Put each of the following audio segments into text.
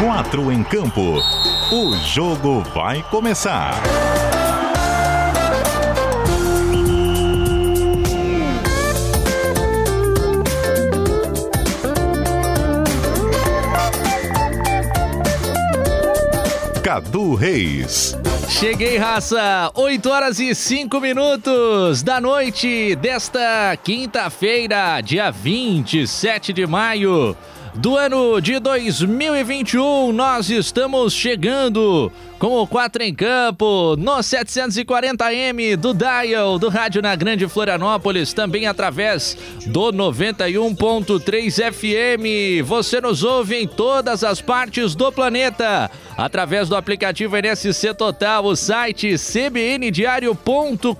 4 em Campo. O jogo vai começar. Cadu Reis. Cheguei, raça! 8h05 da noite desta quinta-feira, dia 27 de maio do ano de 2021. Nós estamos chegando com o 4 em Campo no 740M do Dial do Rádio na Grande Florianópolis, também através do 91.3 FM. Você nos ouve em todas as partes do planeta através do aplicativo NSC Total, o site cbndiario.com.br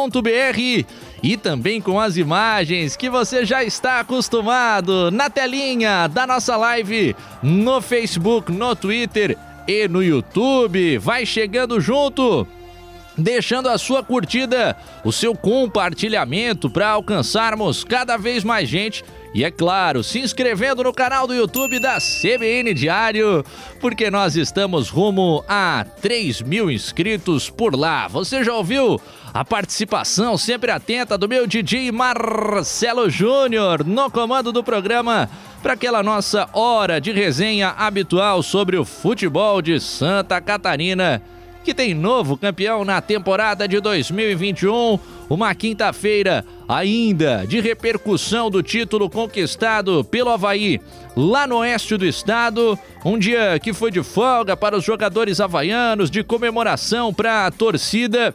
e também com as imagens que você já está acostumado na telinha da nossa live no Facebook, no Twitter e no YouTube. Vai chegando junto, deixando a sua curtida, o seu compartilhamento para alcançarmos cada vez mais gente. E é claro, se inscrevendo no canal do YouTube da CBN Diário, porque nós estamos rumo a 3.000 inscritos por lá. Você já ouviu a participação sempre atenta do meu DJ Marcelo Júnior no comando do programa para aquela nossa hora de resenha habitual sobre o futebol de Santa Catarina, que tem novo campeão na temporada de 2021, uma quinta-feira ainda de repercussão do título conquistado pelo Avaí lá no oeste do estado, um dia que foi de folga para os jogadores havaianos, de comemoração para a torcida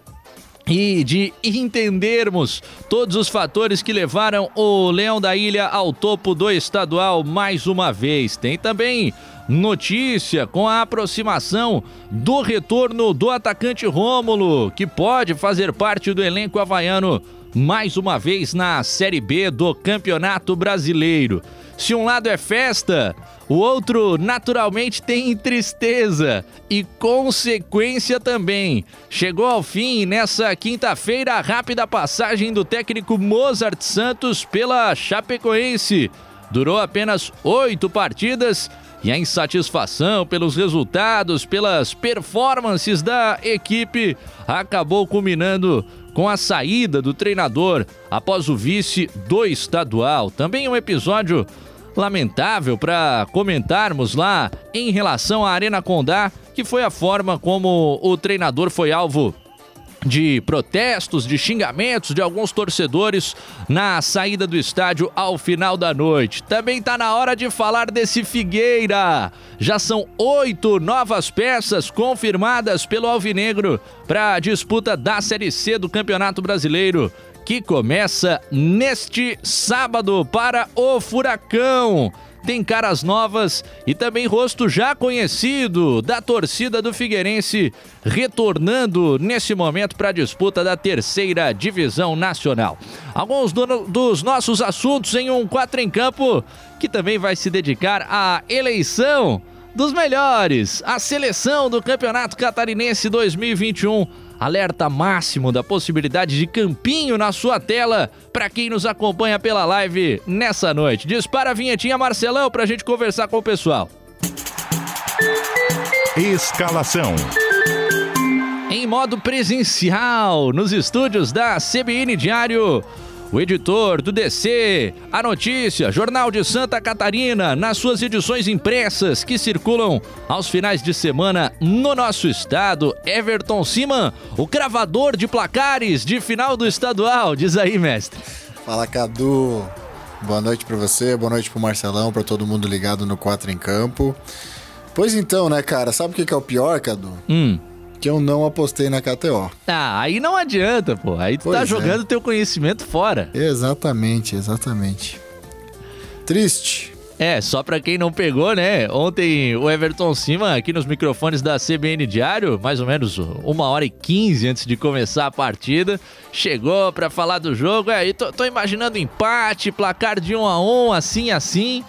e de entendermos todos os fatores que levaram o Leão da Ilha ao topo do estadual mais uma vez. Tem também notícia com a aproximação do retorno do atacante Rômulo, que pode fazer parte do elenco havaiano mais uma vez na Série B do Campeonato Brasileiro. Se um lado é festa, o outro naturalmente tem tristeza e consequência também. Chegou ao fim nessa quinta-feira a rápida passagem do técnico Mozart Santos pela Chapecoense. Durou apenas 8 partidas e a insatisfação pelos resultados, pelas performances da equipe, acabou culminando com a saída do treinador após o vice do estadual. Também um episódio lamentável para comentarmos lá em relação à Arena Condá, que foi a forma como o treinador foi alvo de protestos, de xingamentos de alguns torcedores na saída do estádio ao final da noite. Também tá na hora de falar desse Figueira. Já são 8 novas peças confirmadas pelo Alvinegro para a disputa da Série C do Campeonato Brasileiro, que começa neste sábado para o Furacão. Tem caras novas e também rosto já conhecido da torcida do Figueirense, retornando nesse momento para a disputa da 3ª Divisão Nacional. Alguns dos nossos assuntos em um 4 em Campo, que também vai se dedicar à eleição dos melhores, a seleção do Campeonato Catarinense 2021. Alerta máximo da possibilidade de campinho na sua tela para quem nos acompanha pela live nessa noite. Dispara a vinhetinha, Marcelão, para a gente conversar com o pessoal. Escalação. Em modo presencial, nos estúdios da CBN Diário, o editor do DC, a notícia, Jornal de Santa Catarina, nas suas edições impressas que circulam aos finais de semana no nosso estado, Everton Siman, o cravador de placares de final do estadual. Diz aí, mestre. Fala, Cadu. Boa noite pra você, boa noite pro Marcelão, pra todo mundo ligado no 4 em Campo. Pois então, né, cara, sabe o que é o pior, Cadu? Que eu não apostei na KTO. Ah, aí não adianta, pô. Aí tu tá jogando teu conhecimento fora. Exatamente. Triste. Só pra quem não pegou, né? Ontem o Everton Siman, aqui nos microfones da CBN Diário, mais ou menos 1h15 antes de começar a partida, chegou pra falar do jogo. Aí tô imaginando empate, placar de 1-1, assim.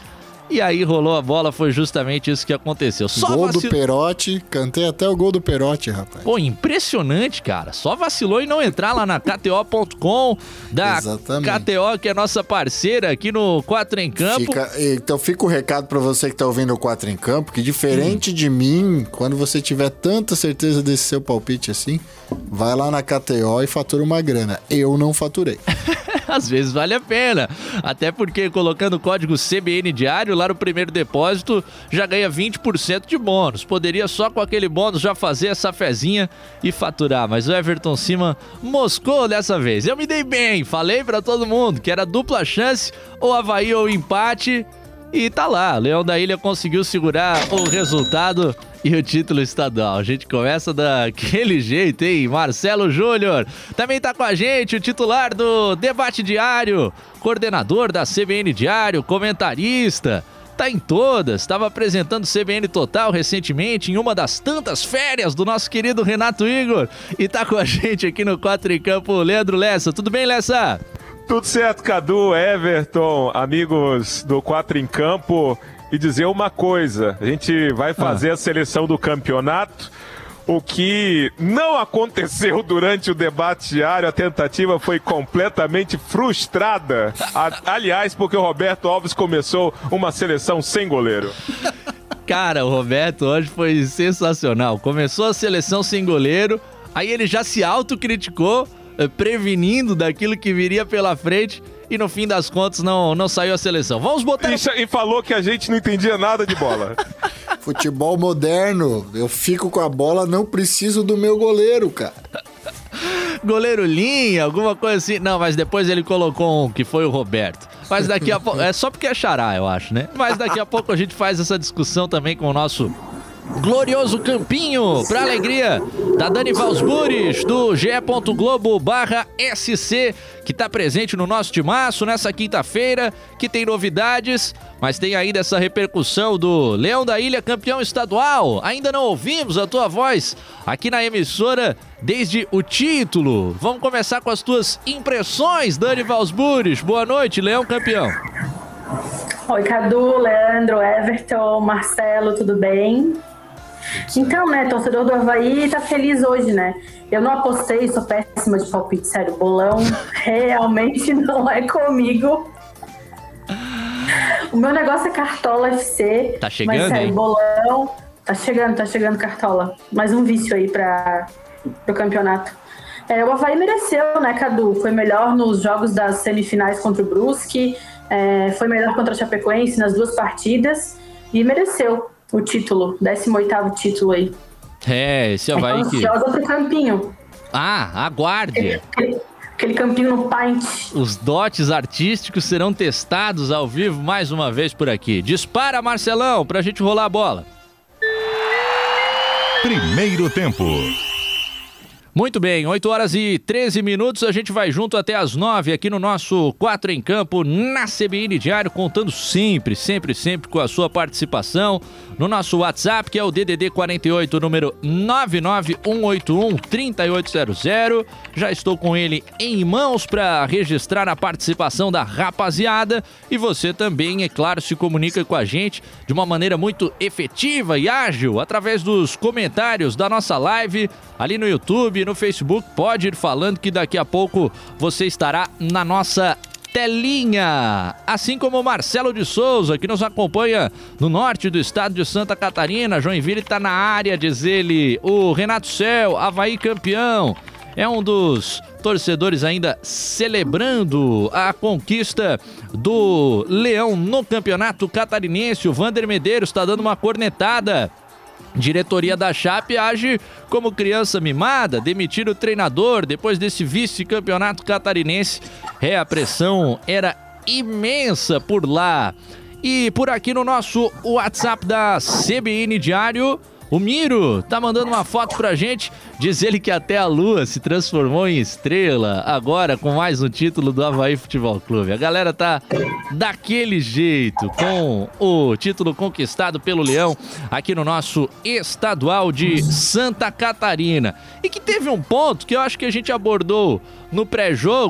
E aí rolou a bola, foi justamente isso que aconteceu. Só gol do Perotti, cantei até o gol do Perotti, rapaz. Pô, impressionante, cara. Só vacilou em não entrar lá na KTO.com, da Exatamente. KTO, que é nossa parceira aqui no 4 em Campo. Então fica o recado pra você que tá ouvindo o 4 em Campo, que diferente de mim, quando você tiver tanta certeza desse seu palpite assim, vai lá na KTO e fatura uma grana. Eu não faturei. Às vezes vale a pena, até porque colocando o código CBN Diário lá no primeiro depósito já ganha 20% de bônus. Poderia só com aquele bônus já fazer essa fezinha e faturar, mas o Everton Siman moscou dessa vez. Eu me dei bem, falei pra todo mundo que era dupla chance, ou Avaí ou empate, e tá lá, Leão da Ilha conseguiu segurar o resultado e o título estadual. A gente começa daquele jeito, hein? Marcelo Júnior também tá com a gente, o titular do Debate Diário, coordenador da CBN Diário, comentarista, tá em todas, estava apresentando CBN Total recentemente em uma das tantas férias do nosso querido Renato Igor, e tá com a gente aqui no 4 em Campo, Leandro Lessa. Tudo bem, Lessa? Tudo certo, Cadu, Everton, amigos do 4 em Campo. E dizer uma coisa, a gente vai fazer a seleção do campeonato, o que não aconteceu durante o debate diário, a tentativa foi completamente frustrada, aliás, porque o Roberto Alves começou uma seleção sem goleiro. Cara, o Roberto hoje foi sensacional, começou a seleção sem goleiro, aí ele já se autocriticou, prevenindo daquilo que viria pela frente, e no fim das contas não saiu a seleção. Vamos botar... E falou que a gente não entendia nada de bola. Futebol moderno, eu fico com a bola, não preciso do meu goleiro, cara. Goleiro linha, alguma coisa assim. Não, mas depois ele colocou um, que foi o Roberto. Mas daqui a pouco... É só porque é xará, eu acho, né? Mas daqui a pouco a gente faz essa discussão também com o nosso glorioso Campinho, pra alegria da Dani Valsburis, do ge.globo/SC, que tá presente no nosso timaço nessa quinta-feira, que tem novidades, mas tem ainda essa repercussão do Leão da Ilha, campeão estadual. Ainda não ouvimos a tua voz aqui na emissora desde o título. Vamos começar com as tuas impressões, Dani Valsburis. Boa noite, Leão campeão. Oi, Cadu, Leandro, Everton, Marcelo, tudo bem? Então, né, torcedor do Avaí tá feliz hoje, né? Eu não apostei, sou péssima de palpite, sério, bolão realmente não é comigo. O meu negócio é Cartola FC. Tá chegando, mas sério, hein? bolão, tá chegando Cartola. Mais um vício aí pro campeonato. O Avaí mereceu, né, Cadu? Foi melhor nos jogos das semifinais contra o Brusque, foi melhor contra a Chapecoense nas duas partidas e mereceu o título, 18º título aí. Esse Avaí que... Ansiosa pro Campinho. Aguarde. Aquele Campinho no Paint. Os dotes artísticos serão testados ao vivo mais uma vez por aqui. Dispara, Marcelão, pra gente rolar a bola. Primeiro tempo. Muito bem, 8 horas e 13 minutos, a gente vai junto até as 9 aqui no nosso 4 em Campo, na CBN Diário, contando sempre com a sua participação no nosso WhatsApp, que é o DDD 48, número 991813800. Já estou com ele em mãos para registrar a participação da rapaziada, e você também, é claro, se comunica com a gente de uma maneira muito efetiva e ágil, através dos comentários da nossa live, ali no YouTube, no Facebook. Pode ir falando que daqui a pouco você estará na nossa telinha. Assim como o Marcelo de Souza, que nos acompanha no norte do estado de Santa Catarina. Joinville está na área, diz ele. O Renato Cel, Avaí campeão. É um dos torcedores ainda celebrando a conquista do Leão no campeonato catarinense. O Vander Medeiros está dando uma cornetada. Diretoria da Chape age como criança mimada, demitir o treinador depois desse vice-campeonato catarinense. A pressão era imensa por lá. E por aqui no nosso WhatsApp da CBN Diário, o Miro tá mandando uma foto pra gente, diz ele que até a lua se transformou em estrela, agora com mais um título do Avaí Futebol Clube. A galera tá daquele jeito, com o título conquistado pelo Leão aqui no nosso estadual de Santa Catarina. E que teve um ponto que eu acho que a gente abordou no pré-jogo,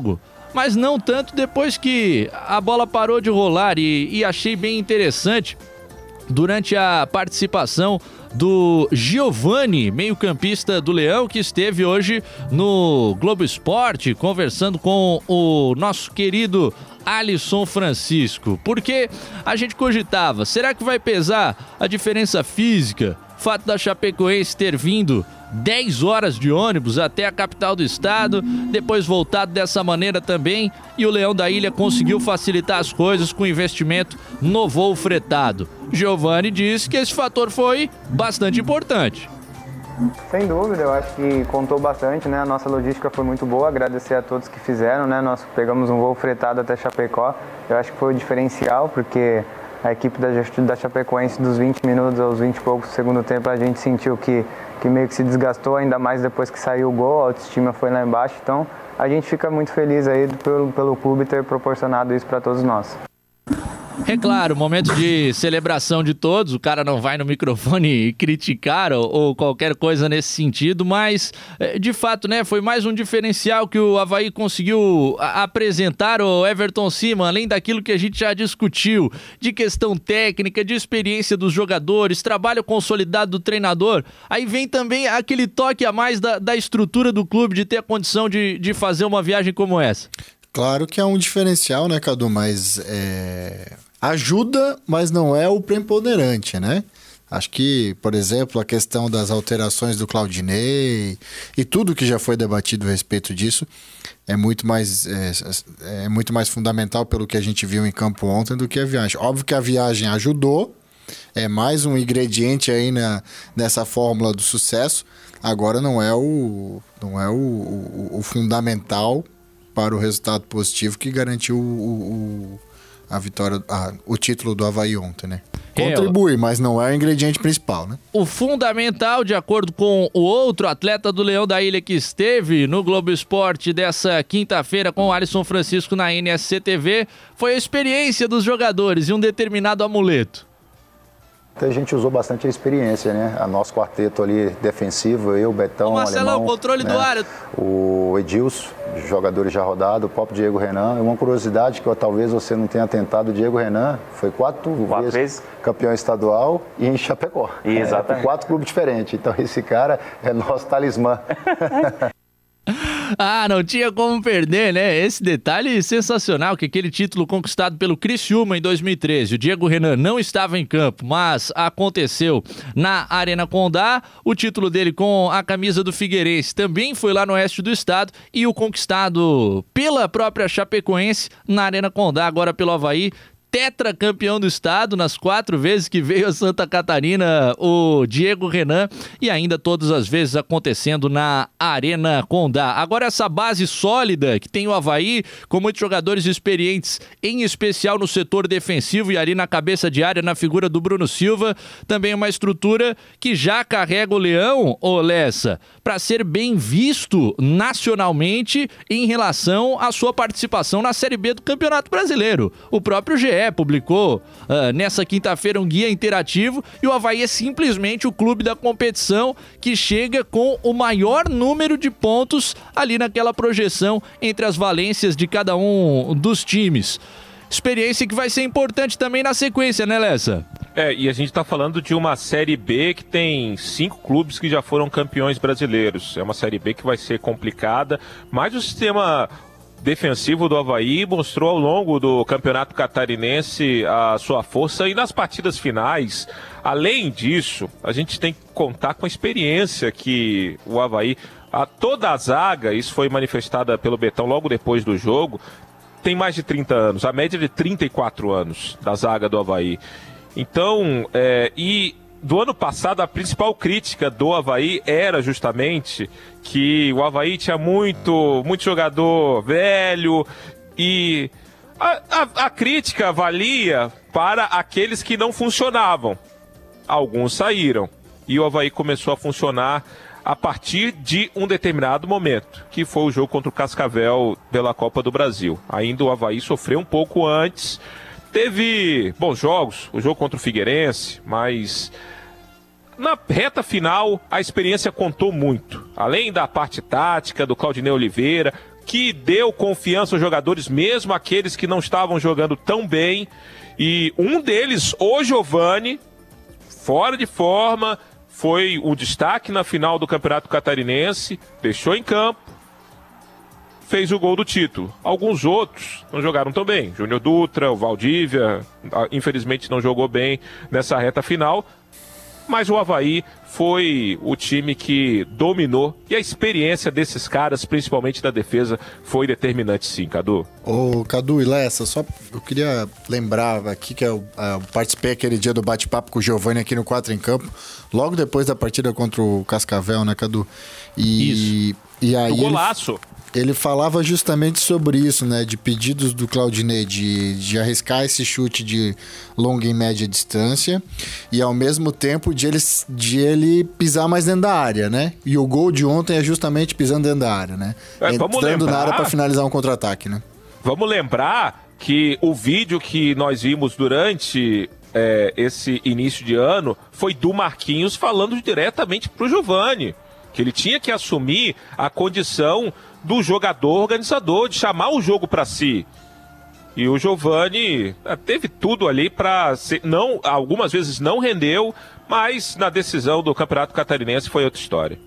mas não tanto depois que a bola parou de rolar, e achei bem interessante durante a participação do Giovani, meio-campista do Leão, que esteve hoje no Globo Esporte conversando com o nosso querido Alisson Francisco, porque a gente cogitava, será que vai pesar a diferença física, o fato da Chapecoense ter vindo 10 horas de ônibus até a capital do estado, depois voltado dessa maneira também, e o Leão da Ilha conseguiu facilitar as coisas com investimento no voo fretado. Giovani disse que esse fator foi bastante importante. Sem dúvida, eu acho que contou bastante, né? A nossa logística foi muito boa, agradecer a todos que fizeram, né? Nós pegamos um voo fretado até Chapecó, eu acho que foi o diferencial, porque a equipe da Chapecoense, dos 20 minutos aos 20 e poucos do segundo tempo, a gente sentiu que meio que se desgastou, ainda mais depois que saiu o gol, a autoestima foi lá embaixo, então a gente fica muito feliz aí pelo clube ter proporcionado isso para todos nós. É claro, momento de celebração de todos, o cara não vai no microfone criticar ou qualquer coisa nesse sentido, mas de fato, né, foi mais um diferencial que o Avaí conseguiu apresentar, o Everton Siman, além daquilo que a gente já discutiu, de questão técnica, de experiência dos jogadores, trabalho consolidado do treinador, aí vem também aquele toque a mais da estrutura do clube, de ter a condição de fazer uma viagem como essa. Claro que é um diferencial, né, Cadu, mas ajuda, mas não é o preponderante, né? Acho que, por exemplo, a questão das alterações do Claudinei e tudo que já foi debatido a respeito disso é muito mais fundamental pelo que a gente viu em campo ontem do que a viagem. Óbvio que a viagem ajudou, é mais um ingrediente aí nessa fórmula do sucesso, agora não é o fundamental para o resultado positivo que garantiu a vitória, o título do Avaí ontem, né? Contribui, mas não é o ingrediente principal, né? O fundamental, de acordo com o outro atleta do Leão da Ilha que esteve no Globo Esporte dessa quinta-feira com o Alisson Francisco na NSC TV, foi a experiência dos jogadores e um determinado amuleto. A gente usou bastante a experiência, né? A nosso quarteto ali defensivo, eu, Betão, Marcelão, Alemão, controle né? do ar. O Edilson, jogadores já rodados, o próprio Diego Renan. Uma curiosidade que talvez você não tenha tentado, o Diego Renan foi quatro vezes campeão estadual e em Chapecó. Exatamente. 4 clubes diferentes. Então esse cara é nosso talismã. Não tinha como perder, né? Esse detalhe sensacional, que aquele título conquistado pelo Criciúma em 2013, o Diego Renan não estava em campo, mas aconteceu na Arena Condá. O título dele com a camisa do Figueirense também foi lá no oeste do estado, e o conquistado pela própria Chapecoense na Arena Condá, agora pelo Avaí. Tetracampeão do estado nas 4 vezes que veio a Santa Catarina, o Diego Renan, e ainda todas as vezes acontecendo na Arena Condá. Agora essa base sólida que tem o Avaí, com muitos jogadores experientes, em especial no setor defensivo e ali na cabeça de área, na figura do Bruno Silva, também uma estrutura que já carrega o Leão, ô Lessa, para ser bem visto nacionalmente em relação à sua participação na Série B do Campeonato Brasileiro. O próprio GE publicou nessa quinta-feira um guia interativo, e o Avaí é simplesmente o clube da competição que chega com o maior número de pontos ali naquela projeção entre as valências de cada um dos times. Experiência que vai ser importante também na sequência, né, Lessa? E a gente tá falando de uma Série B que tem 5 clubes que já foram campeões brasileiros. É uma Série B que vai ser complicada, mas o sistema defensivo do Avaí mostrou ao longo do Campeonato Catarinense a sua força, e nas partidas finais, além disso, a gente tem que contar com a experiência que o Avaí, toda a zaga, isso foi manifestada pelo Betão logo depois do jogo, tem mais de 30 anos, a média de 34 anos da zaga do Avaí. Então, do ano passado, a principal crítica do Avaí era justamente que o Avaí tinha muito jogador velho, e a crítica valia para aqueles que não funcionavam. Alguns saíram e o Avaí começou a funcionar a partir de um determinado momento, que foi o jogo contra o Cascavel pela Copa do Brasil. Ainda o Avaí sofreu um pouco antes, teve bons jogos, o jogo contra o Figueirense, mas na reta final a experiência contou muito. Além da parte tática do Claudinei Oliveira, que deu confiança aos jogadores, mesmo aqueles que não estavam jogando tão bem. E um deles, o Giovani, fora de forma, foi o destaque na final do Campeonato Catarinense, deixou em campo, fez o gol do título. Alguns outros não jogaram tão bem. Júnior Dutra, o Valdívia, infelizmente não jogou bem nessa reta final. Mas o Avaí foi o time que dominou. E a experiência desses caras, principalmente da defesa, foi determinante sim, Cadu. Ô, Cadu e Lessa, só eu queria lembrar aqui que eu participei aquele dia do bate-papo com o Giovani aqui no 4 em Campo, logo depois da partida contra o Cascavel, né, Cadu? Isso. E aí o golaço. Ele falava justamente sobre isso, né? De pedidos do Claudinei de arriscar esse chute de longa e média distância e ao mesmo tempo de ele pisar mais dentro da área, né? E o gol de ontem é justamente pisando dentro da área, né? Entrando na área para finalizar um contra-ataque, né? Vamos lembrar que o vídeo que nós vimos durante esse início de ano foi do Marquinhos falando diretamente pro Giovani, que ele tinha que assumir a condição do jogador organizador, de chamar o jogo para si. E o Giovani teve tudo ali para ser, não, algumas vezes não rendeu, mas na decisão do Campeonato Catarinense foi outra história.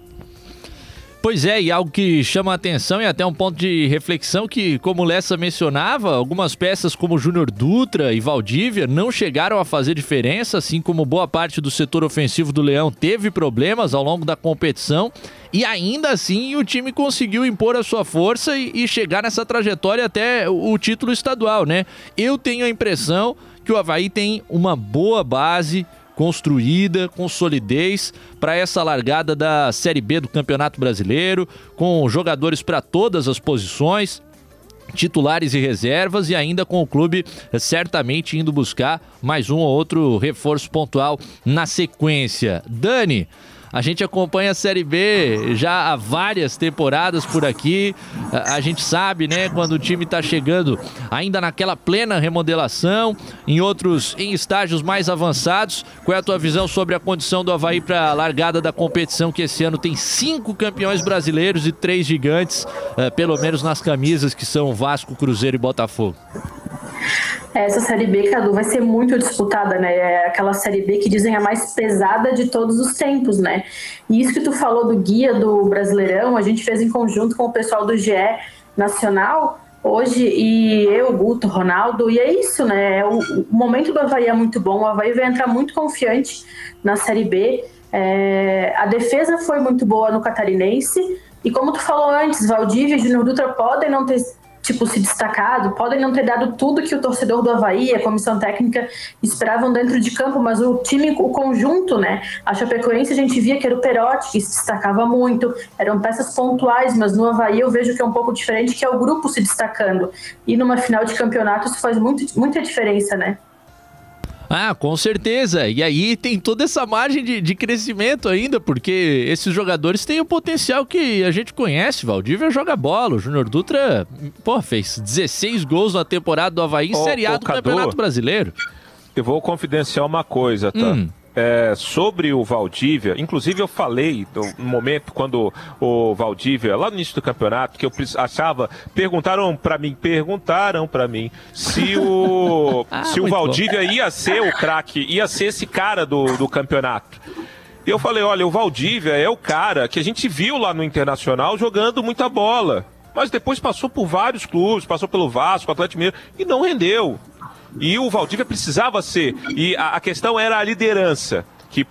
Pois é, e algo que chama a atenção e até um ponto de reflexão que, como o Lessa mencionava, algumas peças como Júnior Dutra e Valdívia não chegaram a fazer diferença, assim como boa parte do setor ofensivo do Leão teve problemas ao longo da competição, e ainda assim o time conseguiu impor a sua força e chegar nessa trajetória até o título estadual, né? Eu tenho a impressão que o Avaí tem uma boa base construída, com solidez para essa largada da Série B do Campeonato Brasileiro, com jogadores para todas as posições, titulares e reservas, e ainda com o clube certamente indo buscar mais um ou outro reforço pontual na sequência. Dani, a gente acompanha a Série B já há várias temporadas por aqui. A gente sabe, né, quando o time está chegando ainda naquela plena remodelação, em outros em estágios mais avançados. Qual é a tua visão sobre a condição do Avaí para a largada da competição, que esse ano tem 5 campeões brasileiros e 3 gigantes, pelo menos nas camisas, que são Vasco, Cruzeiro e Botafogo? Essa Série B, Cadu, vai ser muito disputada, né? É aquela Série B que dizem a mais pesada de todos os tempos, né? E isso que tu falou do guia do Brasileirão, a gente fez em conjunto com o pessoal do GE Nacional hoje, e eu, Guto, Ronaldo, e é isso, né? O momento do Avaí é muito bom, o Avaí vai entrar muito confiante na Série B. A defesa foi muito boa no Catarinense, e como tu falou antes, Valdívia e Júnior Dutra podem não ter se destacado, podem não ter dado tudo que o torcedor do Avaí, a comissão técnica esperavam dentro de campo, mas o time, o conjunto, né? A Chapecoense a gente via que era o Perotti, que se destacava muito, eram peças pontuais, mas no Avaí eu vejo que é um pouco diferente, que é o grupo se destacando. E numa final de campeonato isso faz muita diferença, né? Ah, com certeza. E aí tem toda essa margem de crescimento ainda, porque esses jogadores têm o potencial que a gente conhece. Valdívia joga bola, o Júnior Dutra, fez 16 gols na temporada do Avaí em Série A do Campeonato Brasileiro. Eu vou confidenciar uma coisa, tá? Sobre o Valdívia, inclusive eu falei no momento quando o Valdívia, lá no início do campeonato, que eu achava, perguntaram pra mim se o Valdívia ia ser o craque, ia ser esse cara do campeonato. E eu falei, olha, o Valdívia é o cara que a gente viu lá no Internacional jogando muita bola, mas depois passou por vários clubes, passou pelo Vasco, Atlético Mineiro, e não rendeu. E o Valdívia precisava ser, e a questão era a liderança,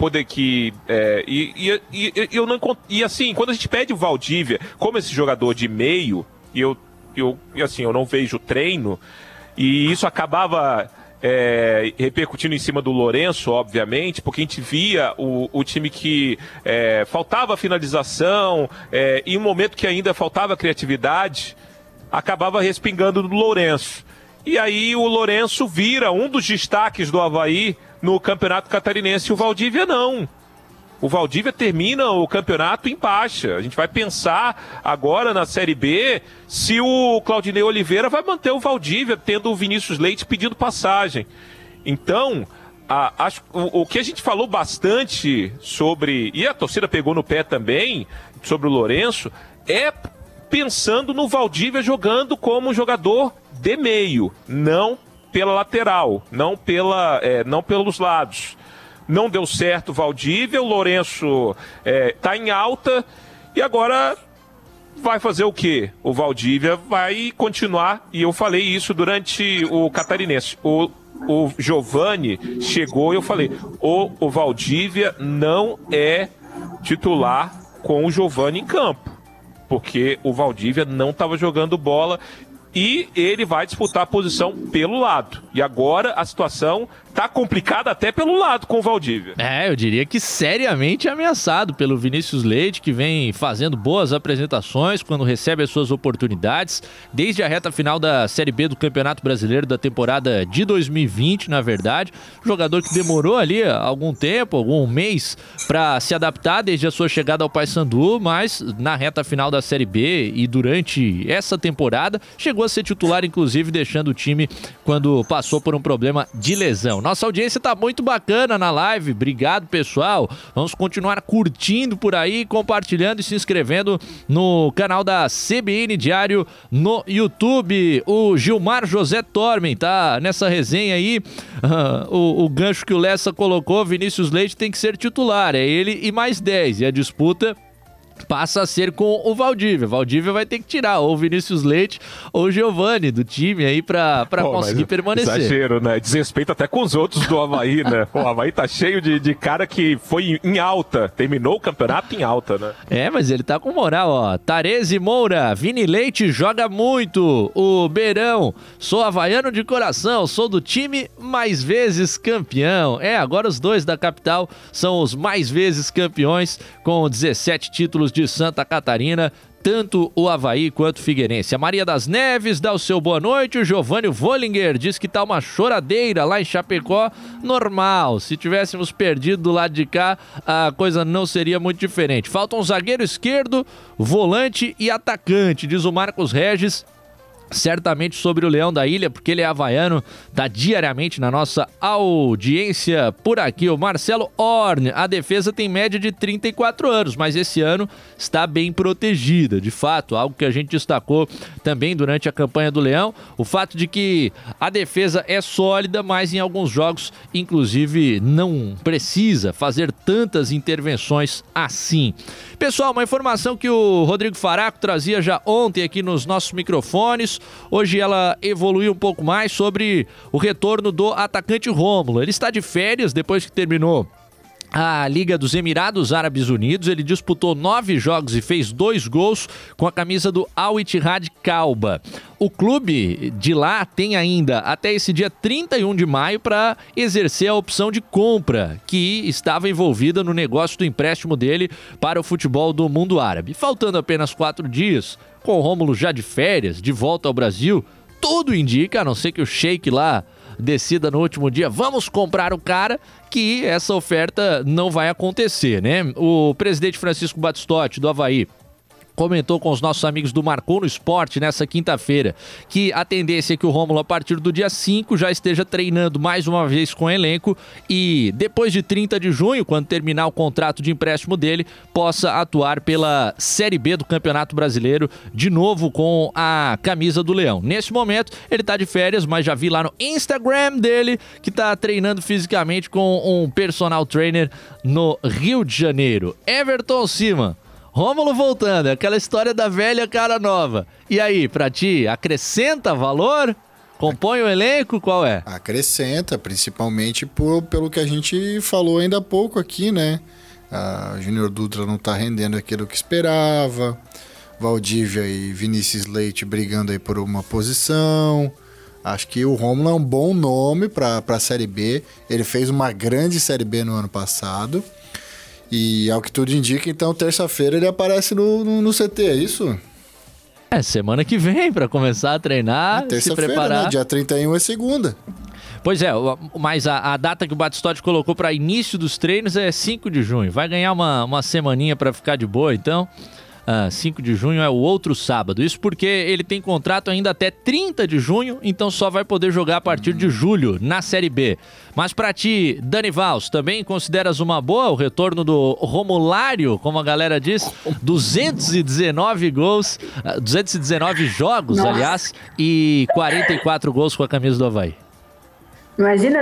e assim, quando a gente pede o Valdívia como esse jogador de meio, eu não vejo treino, e isso acabava repercutindo em cima do Lourenço, obviamente, porque a gente via o time que faltava finalização, e um momento que ainda faltava criatividade, acabava respingando no Lourenço. E aí o Lourenço vira um dos destaques do Avaí no Campeonato Catarinense, e o Valdívia não. O Valdívia termina o campeonato em baixa. A gente vai pensar agora na Série B se o Claudinei Oliveira vai manter o Valdívia, tendo o Vinícius Leite pedindo passagem. Então, o que a gente falou bastante sobre, e a torcida pegou no pé também, sobre o Lourenço, é pensando no Valdívia jogando como um jogador de meio, não pela lateral, não pelos lados. Não deu certo o Valdívia, o Lourenço tá em alta e agora vai fazer o quê? O Valdívia vai continuar, e eu falei isso durante o Catarinense. O Giovani chegou e eu falei, o Valdívia não é titular com o Giovani em campo, porque o Valdívia não estava jogando bola e ele vai disputar a posição pelo lado. E agora a situação tá complicada até pelo lado com o Valdívia. Eu diria que seriamente ameaçado pelo Vinícius Leite, que vem fazendo boas apresentações quando recebe as suas oportunidades, desde a reta final da Série B do Campeonato Brasileiro da temporada de 2020, na verdade. Jogador que demorou ali algum tempo, algum mês, para se adaptar desde a sua chegada ao Paysandu, mas na reta final da Série B e durante essa temporada, chegou a ser titular, inclusive deixando o time quando passou por um problema de lesão. Nossa audiência tá muito bacana na live, obrigado pessoal, vamos continuar curtindo por aí, compartilhando e se inscrevendo no canal da CBN Diário no YouTube. O Gilmar José Tormen tá nessa resenha aí, o gancho que o Lessa colocou, Vinícius Leite tem que ser titular, é ele e mais 10, e a disputa passa a ser com o Valdívia. Valdívia vai ter que tirar ou o Vinícius Leite ou o Giovani do time aí pra conseguir permanecer. Exagero, né? Desrespeito até com os outros do Avaí, né? O Avaí tá cheio de cara que foi em alta, terminou o campeonato em alta, né? Mas ele tá com moral, ó. Tarese Moura, Vini Leite joga muito. O Beirão, sou havaiano de coração, sou do time mais vezes campeão. Agora os dois da capital são os mais vezes campeões, com 17 títulos de Santa Catarina, tanto o Avaí quanto o Figueirense. A Maria das Neves dá o seu boa noite. O Giovanni Vollinger diz que tá uma choradeira lá em Chapecó. Normal, se tivéssemos perdido do lado de cá, a coisa não seria muito diferente. Falta um zagueiro esquerdo, volante e atacante, diz o Marcos Regis. Certamente sobre o Leão da Ilha, porque ele é havaiano, tá diariamente na nossa audiência por aqui. O Marcelo Orne, a defesa tem média de 34 anos, mas esse ano está bem protegida, de fato, algo que a gente destacou também durante a campanha do Leão, o fato de que a defesa é sólida, mas em alguns jogos, inclusive, não precisa fazer tantas intervenções assim. Pessoal, uma informação que o Rodrigo Faraco trazia já ontem aqui nos nossos microfones. Hoje ela evoluiu um pouco mais sobre o retorno do atacante Rômulo. Ele está de férias depois que terminou a Liga dos Emirados Árabes Unidos. Ele disputou 9 jogos e fez 2 gols com a camisa do Al Ittihad Calba. O clube de lá tem ainda até esse dia 31 de maio para exercer a opção de compra que estava envolvida no negócio do empréstimo dele para o futebol do mundo árabe. Faltando apenas 4 dias, com o Rômulo já de férias, de volta ao Brasil, tudo indica, a não ser que o Sheik lá decida no último dia, vamos comprar o cara, que essa oferta não vai acontecer, né? O presidente Francisco Batistotti, do Avaí, comentou com os nossos amigos do Marcou no Esporte nessa quinta-feira que a tendência é que o Rômulo, a partir do dia 5, já esteja treinando mais uma vez com o elenco e depois de 30 de junho, quando terminar o contrato de empréstimo dele, possa atuar pela Série B do Campeonato Brasileiro, de novo com a camisa do Leão. Nesse momento, ele tá de férias, mas já vi lá no Instagram dele que tá treinando fisicamente com um personal trainer no Rio de Janeiro. Everton Cima, Rômulo voltando, é aquela história da velha cara nova. E aí, pra ti, acrescenta valor? Compõe o elenco? Qual é? Acrescenta, principalmente pelo que a gente falou ainda há pouco aqui, né? O Júnior Dutra não tá rendendo aquilo que esperava. Valdívia e Vinícius Leite brigando aí por uma posição. Acho que o Rômulo é um bom nome para a Série B. Ele fez uma grande Série B no ano passado. E ao que tudo indica, então, terça-feira ele aparece no CT, é isso? Semana que vem, para começar a treinar, se preparar. Né? Dia 31 é segunda. Pois é, mas a data que o Batistotti colocou para início dos treinos é 5 de junho. Vai ganhar uma semaninha para ficar de boa, então. 5 de junho é o outro sábado. Isso porque ele tem contrato ainda até 30 de junho, então só vai poder jogar a partir de julho na Série B. Mas pra ti, Dani Vals, também consideras uma boa o retorno do Romulário, como a galera diz, 219 gols, 219 jogos, aliás, e 44 gols com a camisa do Avaí. Imagina,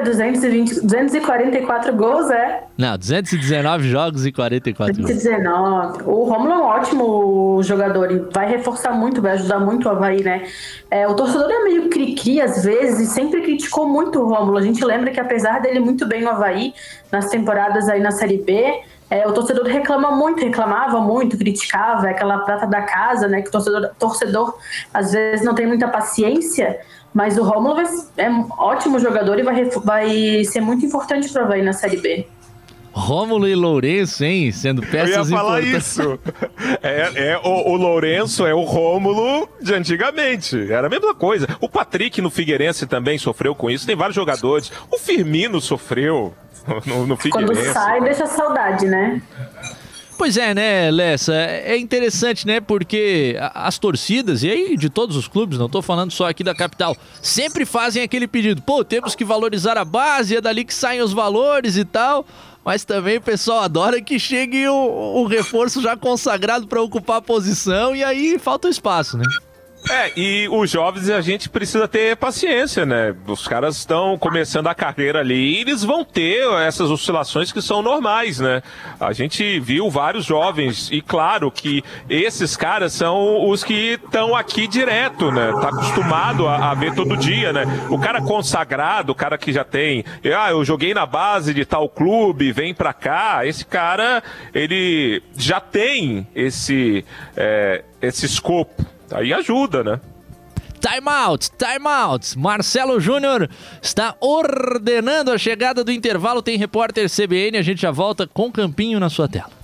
244 gols, Não, 219 jogos e 44 gols. 219. O Rômulo é um ótimo jogador e vai reforçar muito, vai ajudar muito o Avaí, né? O torcedor é meio cri-cri às vezes e sempre criticou muito o Rômulo. A gente lembra que apesar dele muito bem no Avaí, nas temporadas aí na Série B, o torcedor reclamava muito, criticava, aquela prata da casa, né? Que o torcedor às vezes não tem muita paciência. Mas o Rômulo é um ótimo jogador e vai ser muito importante para o Avaí na Série B. Rômulo e Lourenço, hein? Sendo peças importantes. Eu ia falar isso. O Lourenço é o Rômulo de antigamente. Era a mesma coisa. O Patrick no Figueirense também sofreu com isso. Tem vários jogadores. O Firmino sofreu no Figueirense. Quando sai, deixa saudade, né? Pois é, né, Lessa? É interessante, né? Porque as torcidas, e aí de todos os clubes, não tô falando só aqui da capital, sempre fazem aquele pedido. Pô, temos que valorizar a base, é dali que saem os valores e tal. Mas também o pessoal adora que chegue o reforço já consagrado para ocupar a posição e aí falta o espaço, né? E os jovens a gente precisa ter paciência, né? Os caras estão começando a carreira ali e eles vão ter essas oscilações que são normais, né? A gente viu vários jovens e claro que esses caras são os que estão aqui direto, né? Tá acostumado a ver todo dia, né? O cara consagrado, o cara que já tem, eu joguei na base de tal clube, vem pra cá, esse cara, ele já tem esse escopo. Aí ajuda, né? Time out. Marcelo Júnior está ordenando a chegada do intervalo. Tem repórter CBN, a gente já volta com Campinho na sua tela.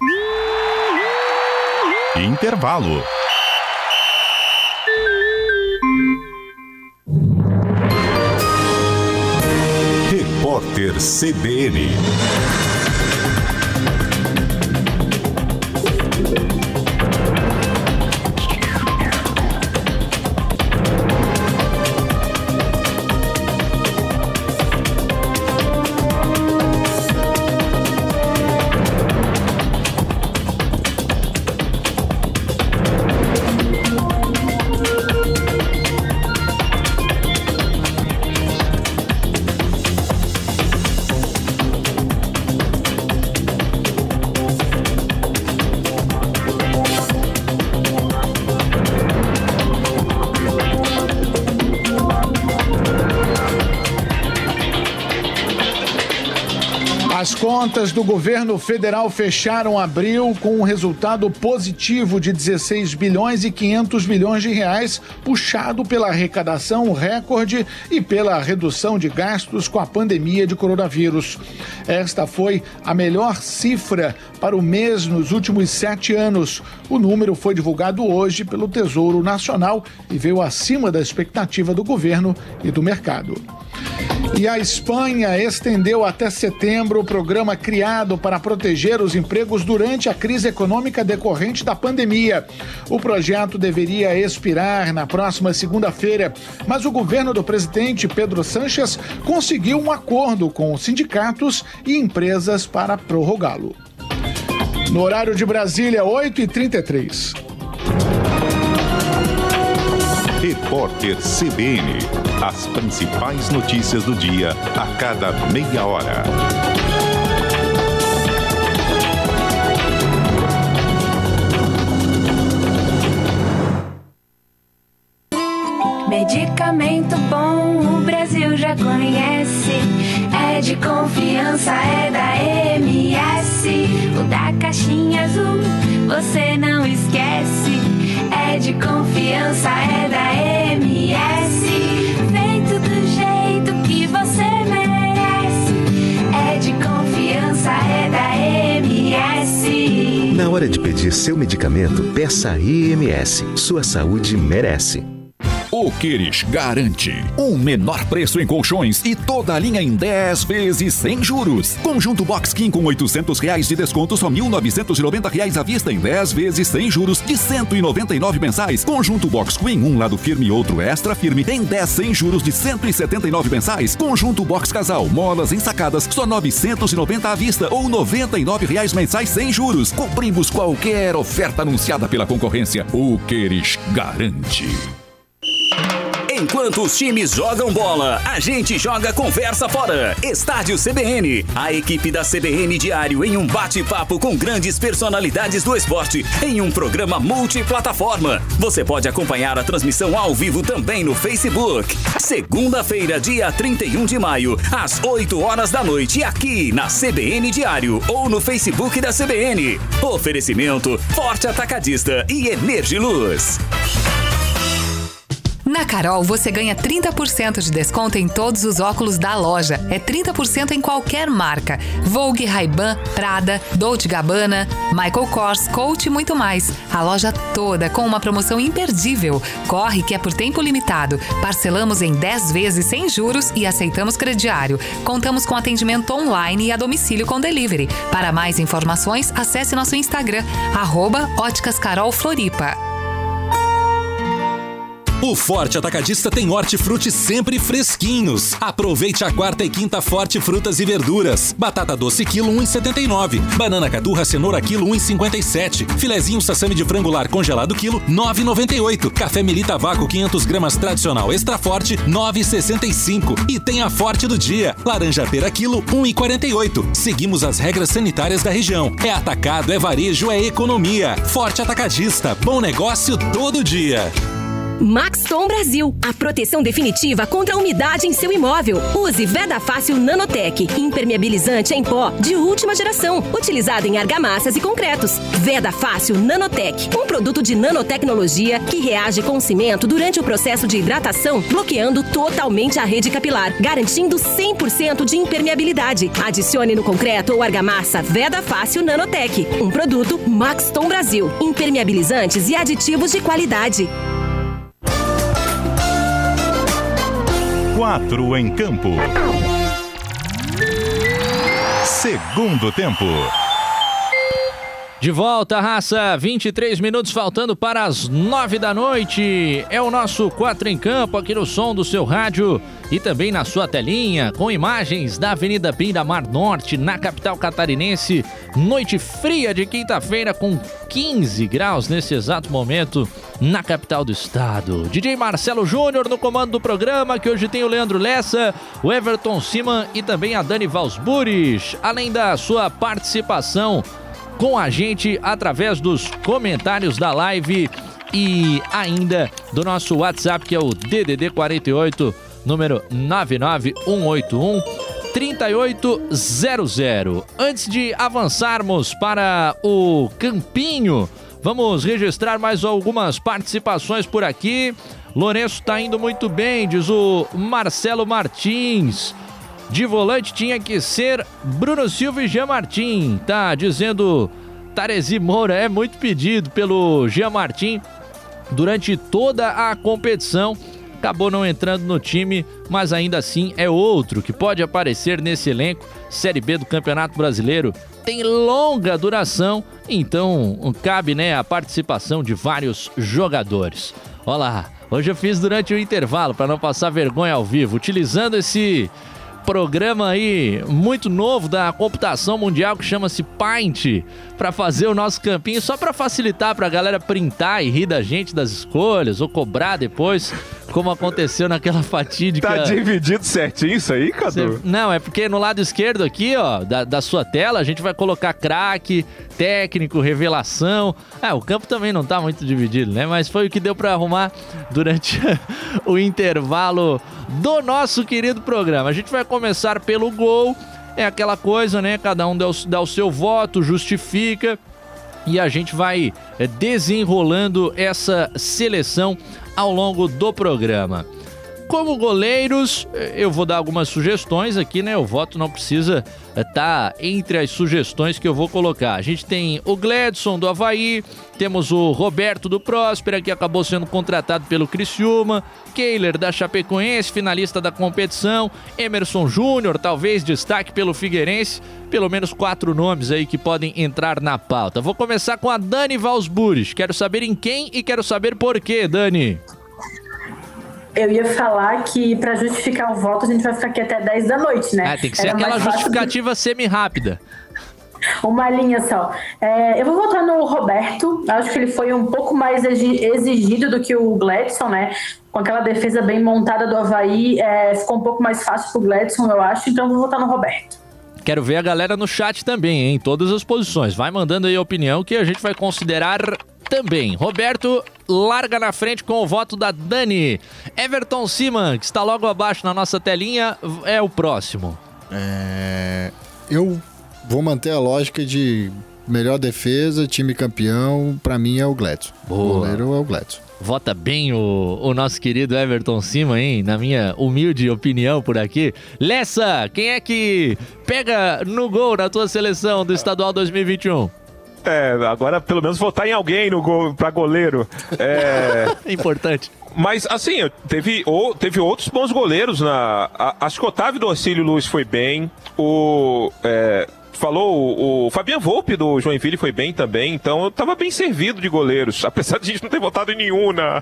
Intervalo. Repórter CBN. As contas do governo federal fecharam abril com um resultado positivo de 16 bilhões e 500 milhões de reais, puxado pela arrecadação recorde e pela redução de gastos com a pandemia de coronavírus. Esta foi a melhor cifra para o mês nos últimos 7 anos. O número foi divulgado hoje pelo Tesouro Nacional e veio acima da expectativa do governo e do mercado. E a Espanha estendeu até setembro o programa criado para proteger os empregos durante a crise econômica decorrente da pandemia. O projeto deveria expirar na próxima segunda-feira, mas o governo do presidente Pedro Sánchez conseguiu um acordo com os sindicatos e empresas para prorrogá-lo. No horário de Brasília, 8h33. Repórter CBN. As principais notícias do dia a cada meia hora. Medicamento bom, o Brasil já conhece. É de confiança, é da MS. O da caixinha azul, você não esquece. É de confiança, é da MS. Feito do jeito que você merece. É de confiança, é da MS. Na hora de pedir seu medicamento, peça a IMS. Sua saúde merece. O Queires garante um menor preço em colchões e toda a linha em 10 vezes sem juros. Conjunto Box King com R$800 de desconto, só R$1.990 à vista em 10 vezes sem juros de R$199 mensais. Conjunto Box Queen, um lado firme e outro extra firme, em 10 sem juros de R$179 mensais. Conjunto Box Casal, molas ensacadas, só R$990 à vista ou R$99 mensais sem juros. Cumprimos qualquer oferta anunciada pela concorrência. O Queires garante. Enquanto os times jogam bola, a gente joga conversa fora. Estádio CBN. A equipe da CBN Diário em um bate-papo com grandes personalidades do esporte em um programa multiplataforma. Você pode acompanhar a transmissão ao vivo também no Facebook. Segunda-feira, dia 31 de maio, às 8 horas da noite, aqui na CBN Diário ou no Facebook da CBN. Oferecimento Forte Atacadista e Energiluz. Na Carol, você ganha 30% de desconto em todos os óculos da loja. É 30% em qualquer marca. Vogue, Ray-Ban, Prada, Dolce & Gabbana, Michael Kors, Coach e muito mais. A loja toda com uma promoção imperdível. Corre que é por tempo limitado. Parcelamos em 10 vezes sem juros e aceitamos crediário. Contamos com atendimento online e a domicílio com delivery. Para mais informações, acesse nosso Instagram, @óticascarolfloripa. O Forte Atacadista tem hortifruti sempre fresquinhos. Aproveite a quarta e quinta Forte Frutas e Verduras. Batata doce quilo 1,79. Banana caturra cenoura quilo 1,57. Filezinho sassami de frango lar congelado quilo 9,98. Café Melita Vácuo 500 gramas tradicional extra forte 9,65. E tem a Forte do dia. Laranja pera quilo 1,48. Seguimos as regras sanitárias da região. É atacado, é varejo, é economia. Forte Atacadista. Bom negócio todo dia. Maxton Brasil, a proteção definitiva contra a umidade em seu imóvel. Use Veda Fácil Nanotec, impermeabilizante em pó de última geração, utilizado em argamassas e concretos. Veda Fácil Nanotec, um produto de nanotecnologia que reage com o cimento durante o processo de hidratação, bloqueando totalmente a rede capilar, garantindo 100% de impermeabilidade. Adicione no concreto ou argamassa Veda Fácil Nanotec, um produto Maxton Brasil, impermeabilizantes e aditivos de qualidade. 4 em campo. Segundo tempo. De volta, raça, 23 minutos faltando para as 9 da noite. É o nosso 4 em campo aqui no som do seu rádio e também na sua telinha, com imagens da Avenida Pinda-Mar Norte, na capital catarinense. Noite fria de quinta-feira com 15 graus nesse exato momento na capital do estado. DJ Marcelo Júnior no comando do programa, que hoje tem o Leandro Lessa, o Everton Siman e também a Dani Valsburis, além da sua participação com a gente através dos comentários da live e ainda do nosso WhatsApp, que é o DDD 48, número 991813800. Antes de avançarmos para o Campinho, vamos registrar mais algumas participações por aqui. Lourenço tá indo muito bem, diz o Marcelo Martins. De volante tinha que ser Bruno Silva e Jean Martin, tá dizendo Taresi Moura. É muito pedido pelo Jean Martin durante toda a competição. Acabou não entrando no time, mas ainda assim é outro que pode aparecer nesse elenco. Série B do Campeonato Brasileiro tem longa duração, então cabe, né, a participação de vários jogadores. Olha lá, hoje eu fiz durante o intervalo para não passar vergonha ao vivo, utilizando esse programa aí muito novo da computação mundial que chama-se Paint, para fazer o nosso campinho, só para facilitar para a galera printar e rir da gente das escolhas ou cobrar depois, como aconteceu naquela fatídica... Tá dividido certinho isso aí, Cadu? Não, é porque no lado esquerdo aqui, ó, da sua tela, a gente vai colocar craque, técnico, revelação. O campo também não tá muito dividido, né? Mas foi o que deu para arrumar durante o intervalo do nosso querido programa. A gente vai começar pelo gol. É aquela coisa, né? Cada um dá o seu voto, justifica. E a gente vai desenrolando essa seleção ao longo do programa. Como goleiros, eu vou dar algumas sugestões aqui, né? O voto não precisa estar entre as sugestões que eu vou colocar. A gente tem o Gledson do Avaí, temos o Roberto do Próspera, que acabou sendo contratado pelo Criciúma, Keiler da Chapecoense, finalista da competição, Emerson Júnior, talvez destaque pelo Figueirense, pelo menos 4 nomes aí que podem entrar na pauta. Vou começar com a Dani Valsburis. Quero saber em quem e quero saber por quê, Dani. Eu ia falar que pra justificar o voto a gente vai ficar aqui até 10 da noite, né? Tem que ser aquela justificativa semi-rápida. Uma linha só. Eu vou votar no Roberto. Acho que ele foi um pouco mais exigido do que o Gledson, né? Com aquela defesa bem montada do Avaí, ficou um pouco mais fácil pro Gledson, eu acho. Então eu vou votar no Roberto. Quero ver a galera no chat também, hein? Em todas as posições. Vai mandando aí a opinião que a gente vai considerar também. Roberto larga na frente com o voto da Dani. Everton Siman, que está logo abaixo na nossa telinha, é o próximo. Eu vou manter a lógica de melhor defesa, time campeão, pra mim é o Gledson. Boa. O goleiro é o Gledson. Vota bem o nosso querido Everton Siman, hein? Na minha humilde opinião por aqui. Lessa, quem é que pega no gol na tua seleção do Estadual 2021? Agora pelo menos votar em alguém no gol pra goleiro. Importante. Mas, assim, teve outros bons goleiros. Acho que o Otávio Dorcílio Luiz foi bem. O Fabian Volpe do Joinville foi bem também. Então, eu tava bem servido de goleiros. Apesar de a gente não ter votado em nenhum, né?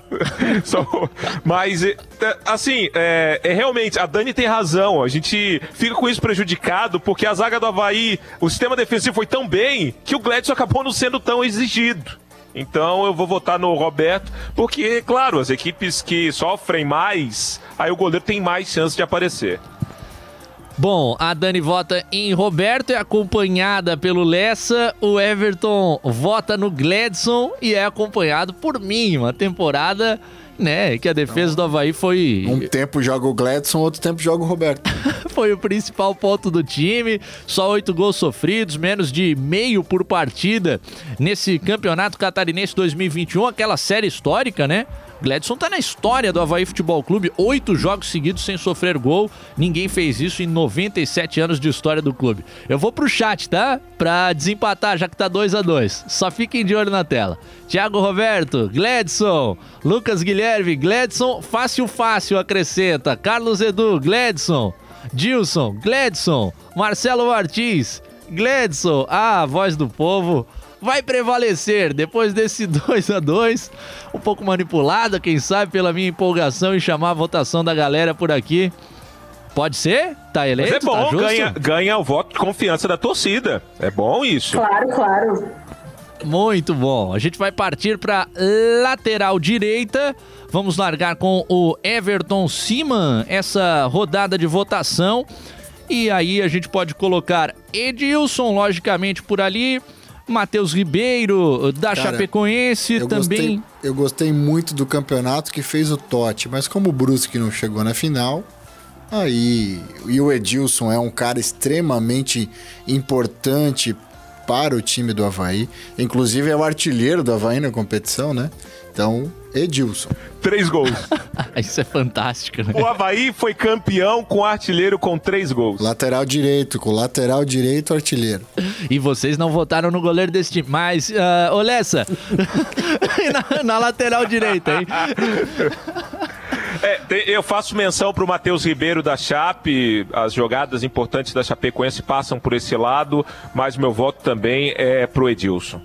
Mas, assim, realmente, a Dani tem razão. A gente fica com isso prejudicado porque a zaga do Avaí, o sistema defensivo foi tão bem que o Gledson acabou não sendo tão exigido. Então eu vou votar no Roberto, porque, claro, as equipes que sofrem mais, aí o goleiro tem mais chance de aparecer. Bom, a Dani vota em Roberto, é acompanhada pelo Lessa, o Everton vota no Gledson e é acompanhado por mim, uma temporada, né, que a defesa do Avaí foi... Um tempo joga o Gledson, outro tempo joga o Roberto. Foi o principal ponto do time, só 8 gols sofridos, menos de meio por partida nesse Campeonato Catarinense 2021, aquela série histórica, né? Gledson tá na história do Avaí Futebol Clube, 8 jogos seguidos sem sofrer gol, ninguém fez isso em 97 anos de história do clube. Eu vou pro chat, tá? Pra desempatar, já que tá 2-2. Só fiquem de olho na tela. Thiago Roberto, Gledson, Lucas Guilherme, Gledson, fácil, acrescenta. Carlos Edu, Gledson, Dilson, Gledson, Marcelo Martins, Gledson, a voz do povo vai prevalecer depois desse 2-2, um pouco manipulada, quem sabe, pela minha empolgação em chamar a votação da galera por aqui. Pode ser? Tá eleito? Mas é bom, tá justo? ganha o voto de confiança da torcida. É bom isso. Claro. Muito bom. A gente vai partir para lateral direita. Vamos largar com o Everton Siman essa rodada de votação. E aí a gente pode colocar Edilson, logicamente, por ali. Matheus Ribeiro, da Chapecoense também. Eu gostei muito do campeonato que fez o Totti, mas como o Brusque não chegou na final, e o Edilson é um cara extremamente importante para o time do Avaí, inclusive é o artilheiro do Avaí na competição, né? Então, Edilson. 3 gols. Isso é fantástico, né? O Avaí foi campeão com artilheiro com 3 gols. Lateral direito, artilheiro. E vocês não votaram no goleiro desse time. Mas, ô Lessa, na lateral direita, hein? Eu faço menção pro Matheus Ribeiro da Chape. As jogadas importantes da Chapecoense passam por esse lado, mas meu voto também é pro Edilson.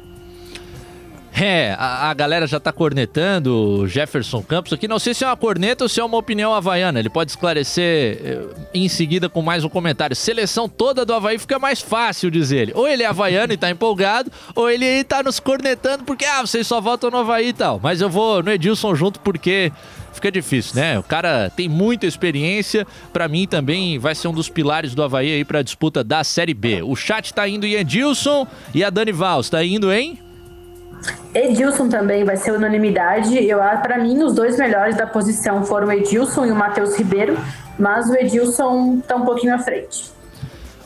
A galera já tá cornetando o Jefferson Campos aqui. Não sei se é uma corneta ou se é uma opinião havaiana. Ele pode esclarecer em seguida com mais um comentário. Seleção toda do Avaí fica mais fácil, diz ele. Ou ele é havaiano e tá empolgado, ou ele tá nos cornetando porque, vocês só votam no Avaí e tal. Mas eu vou no Edilson junto porque fica difícil, né? O cara tem muita experiência. Pra mim também vai ser um dos pilares do Avaí aí pra disputa da Série B. O chat tá indo em Edilson e a Dani Valls tá indo em... Edilson também vai ser unanimidade. Para mim, os 2 melhores da posição foram o Edilson e o Matheus Ribeiro, mas o Edilson tá um pouquinho à frente.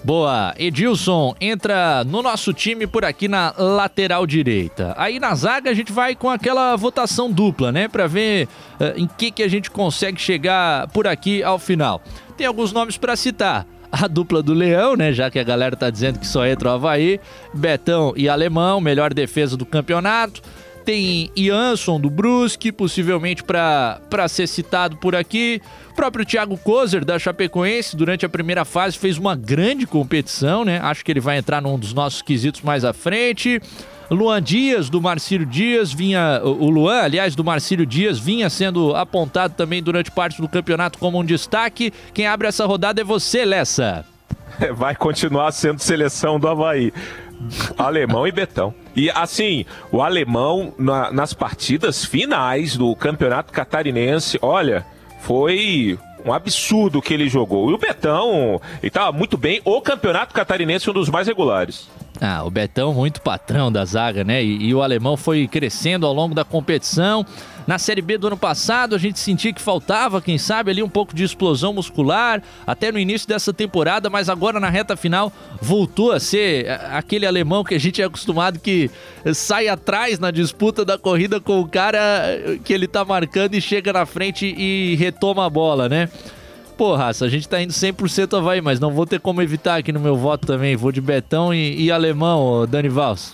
Boa, Edilson entra no nosso time por aqui na lateral direita. Aí na zaga a gente vai com aquela votação dupla, né? Pra ver em que a gente consegue chegar por aqui ao final. Tem alguns nomes pra citar. A dupla do Leão, né? Já que a galera tá dizendo que só entra o Avaí. Betão e Alemão, melhor defesa do campeonato. Tem Jansson do Brusque, possivelmente para ser citado por aqui. O próprio Thiago Kozer, da Chapecoense, durante a primeira fase fez uma grande competição, né? Acho que ele vai entrar num dos nossos quesitos mais à frente. Luan Dias, do Marcílio Dias, o Luan, aliás, do Marcílio Dias, vinha sendo apontado também durante parte do campeonato como um destaque. Quem abre essa rodada é você, Lessa. Vai continuar sendo seleção do Avaí. Alemão e Betão. E assim, o Alemão nas partidas finais do Campeonato Catarinense, olha, foi um absurdo que ele jogou. E o Betão, ele estava muito bem. O Campeonato Catarinense é um dos mais regulares. O Betão muito patrão da zaga, né? E o Alemão foi crescendo ao longo da competição. Na Série B do ano passado, a gente sentia que faltava, quem sabe, ali um pouco de explosão muscular, até no início dessa temporada, mas agora na reta final voltou a ser aquele alemão que a gente é acostumado que sai atrás na disputa da corrida com o cara que ele tá marcando e chega na frente e retoma a bola, né? Pô, Raça, a gente tá indo 100% Avaí, mas não vou ter como evitar aqui no meu voto também. Vou de Betão e Alemão, Dani Valls.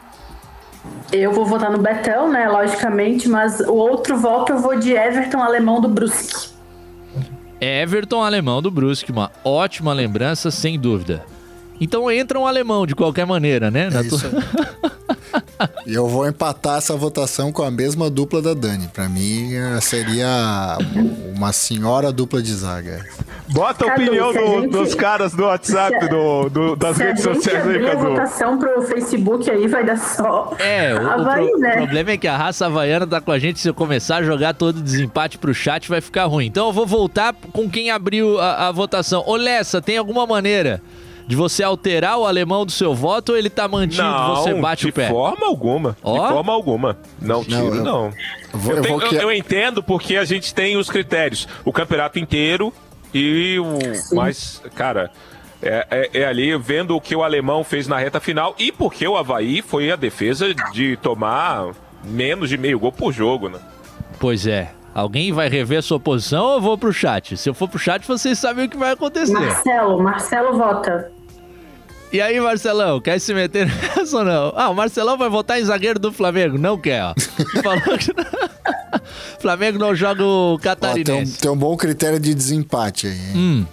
Eu vou votar no Betão, né, logicamente, mas o outro voto eu vou de Everton Alemão do Brusque. Everton Alemão do Brusque, uma ótima lembrança, sem dúvida. Então entra um alemão de qualquer maneira, né? E eu vou empatar essa votação com a mesma dupla da Dani. Pra mim, seria uma senhora dupla de zaga. Bota a opinião dos caras do WhatsApp, das redes sociais aí, Cadu. Se a votação pro Facebook aí vai dar só Avaí, né? O problema é que a raça havaiana tá com a gente. Se eu começar a jogar todo desempate pro chat, vai ficar ruim. Então eu vou voltar com quem abriu a votação. Ô Lessa, tem alguma maneira de você alterar o alemão do seu voto ou ele tá mantido e você bate o pé? De forma alguma. De forma alguma. Não tiro, não. Eu entendo porque a gente tem os critérios. O campeonato inteiro e o mais... Cara, é ali vendo o que o alemão fez na reta final e porque o Avaí foi a defesa de tomar menos de meio gol por jogo, né? Pois é. Alguém vai rever a sua posição ou eu vou pro chat? Se eu for pro chat, vocês sabem o que vai acontecer. Marcelo vota. E aí, Marcelão, quer se meter nessa ou não? O Marcelão vai votar em zagueiro do Flamengo. Não quer, ó. Falou que Flamengo não joga o catarinense. Tem um bom critério de desempate aí, hein?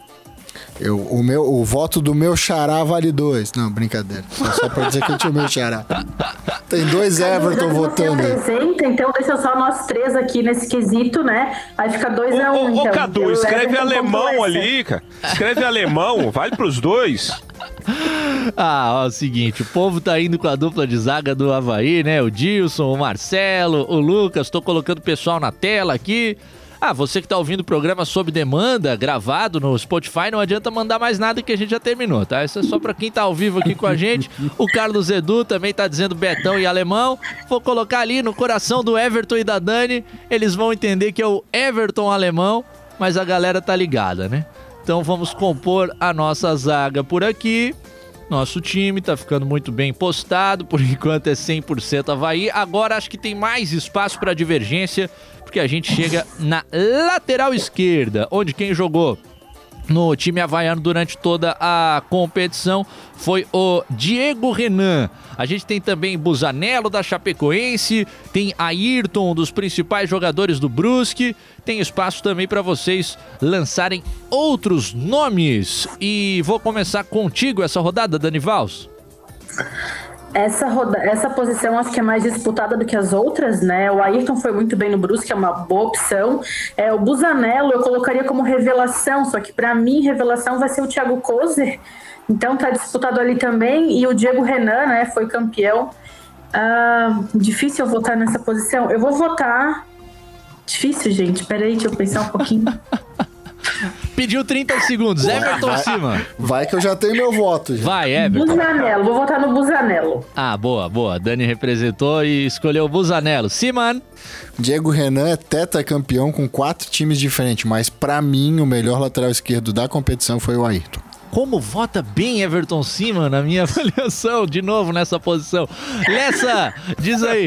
O voto do meu xará vale 2. Não, brincadeira. Só pra dizer que eu tinha o meu xará. Tem 2 Everton votando. Então deixa só nós 3 aqui nesse quesito, né? Aí fica 2-1. Ô, Cadu, escreve alemão ali, cara. Escreve alemão, vale pros 2. Ó, o seguinte, o povo tá indo com a dupla de zaga do Avaí, né? O Dilson, o Marcelo, o Lucas, tô colocando o pessoal na tela aqui. Você que tá ouvindo o programa sob demanda, gravado no Spotify, não adianta mandar mais nada que a gente já terminou, tá? Isso é só pra quem tá ao vivo aqui com a gente. O Carlos Edu também tá dizendo Betão e Alemão. Vou colocar ali no coração do Everton e da Dani. Eles vão entender que é o Everton Alemão, mas a galera tá ligada, né? Então vamos compor a nossa zaga por aqui. Nosso time tá ficando muito bem postado, por enquanto é 100% Avaí. Agora acho que tem mais espaço para divergência, porque a gente chega na lateral esquerda, onde quem jogou no time havaiano durante toda a competição foi o Diego Renan. A gente tem também Busanello da Chapecoense, tem Ayrton, um dos principais jogadores do Brusque. Tem espaço também para vocês lançarem outros nomes. E vou começar contigo essa rodada, Dani Valls. Essa posição acho que é mais disputada do que as outras, né? O Ayrton foi muito bem no Brusque, é uma boa opção. O Busanello eu colocaria como revelação, só que para mim revelação vai ser o Thiago Kozer. Então tá disputado ali também. E o Diego Renan, né? Foi campeão. Difícil eu votar nessa posição. Eu vou votar... Difícil, gente. Peraí, deixa eu pensar um pouquinho. Pediu 30 segundos. Everton Cima. Vai que eu já tenho meu voto. Já. Vai, Everton. Busanello. Vou votar no Busanello. Boa. Dani representou e escolheu o Busanello. Siman. Diego Renan é tetracampeão com 4 times diferentes, mas pra mim o melhor lateral esquerdo da competição foi o Ayrton. Como vota bem Everton Siman na minha avaliação, de novo nessa posição. Lessa, diz aí.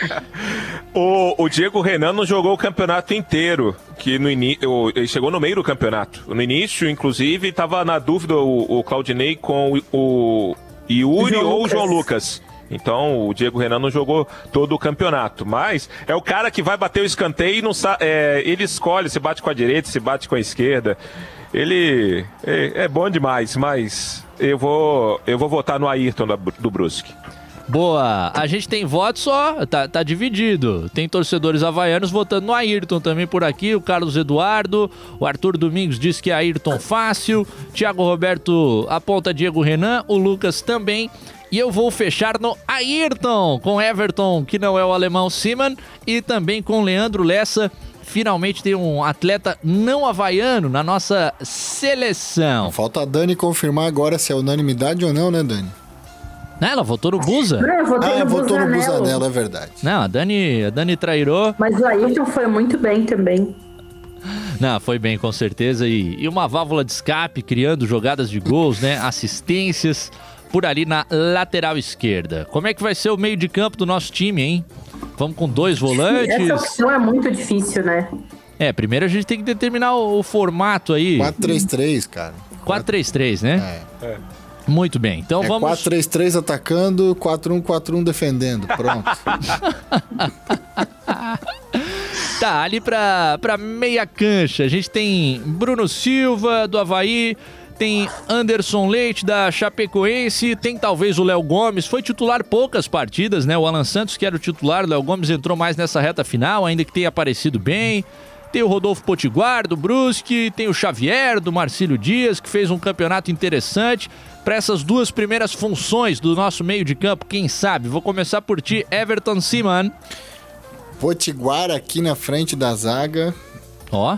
O Diego Renan não jogou o campeonato inteiro, que no ele chegou no meio do campeonato. No início, inclusive, estava na dúvida o Claudinei com o Yuri ou o João Lucas. Então o Diego Renan não jogou todo o campeonato, mas é o cara que vai bater o escanteio e não ele escolhe se bate com a direita, se bate com a esquerda. Ele é bom demais, mas eu vou votar no Ayrton do Brusque. Boa, a gente tem voto só, tá dividido. Tem torcedores havaianos votando no Ayrton também por aqui, o Carlos Eduardo, o Arthur Domingos diz que é Ayrton fácil, Thiago Roberto aponta Diego Renan, o Lucas também. E eu vou fechar no Ayrton, com Everton, que não é o alemão Siman, e também com Leandro Lessa. Finalmente tem um atleta não havaiano na nossa seleção. Falta a Dani confirmar agora se é unanimidade ou não, né, Dani? Ela votou no Busa. Votou no Busanello, é verdade. Não, a Dani trairou. Mas o Ayrton foi muito bem também. Não, foi bem, com certeza. E uma válvula de escape, criando jogadas de gols, né? Assistências por ali na lateral esquerda. Como é que vai ser o meio de campo do nosso time, hein? Vamos com 2 volantes? Essa opção é muito difícil, né? Primeiro a gente tem que determinar o formato aí. 4-3-3, cara. 4-3-3, né? Muito bem, então vamos... 4-3-3 atacando, 4-1-4-1 defendendo, pronto. Tá, ali pra meia cancha, a gente tem Bruno Silva, do Avaí, tem Anderson Leite, da Chapecoense, tem talvez o Léo Gomes, foi titular poucas partidas, né? O Alan Santos, que era o titular, o Léo Gomes entrou mais nessa reta final, ainda que tenha aparecido bem. Tem o Rodolfo Potiguar, do Brusque, tem o Xavier, do Marcílio Dias, que fez um campeonato interessante. Para essas 2 primeiras funções do nosso meio de campo, quem sabe? Vou começar por ti, Everton Siman. Potiguar aqui na frente da zaga. Ó.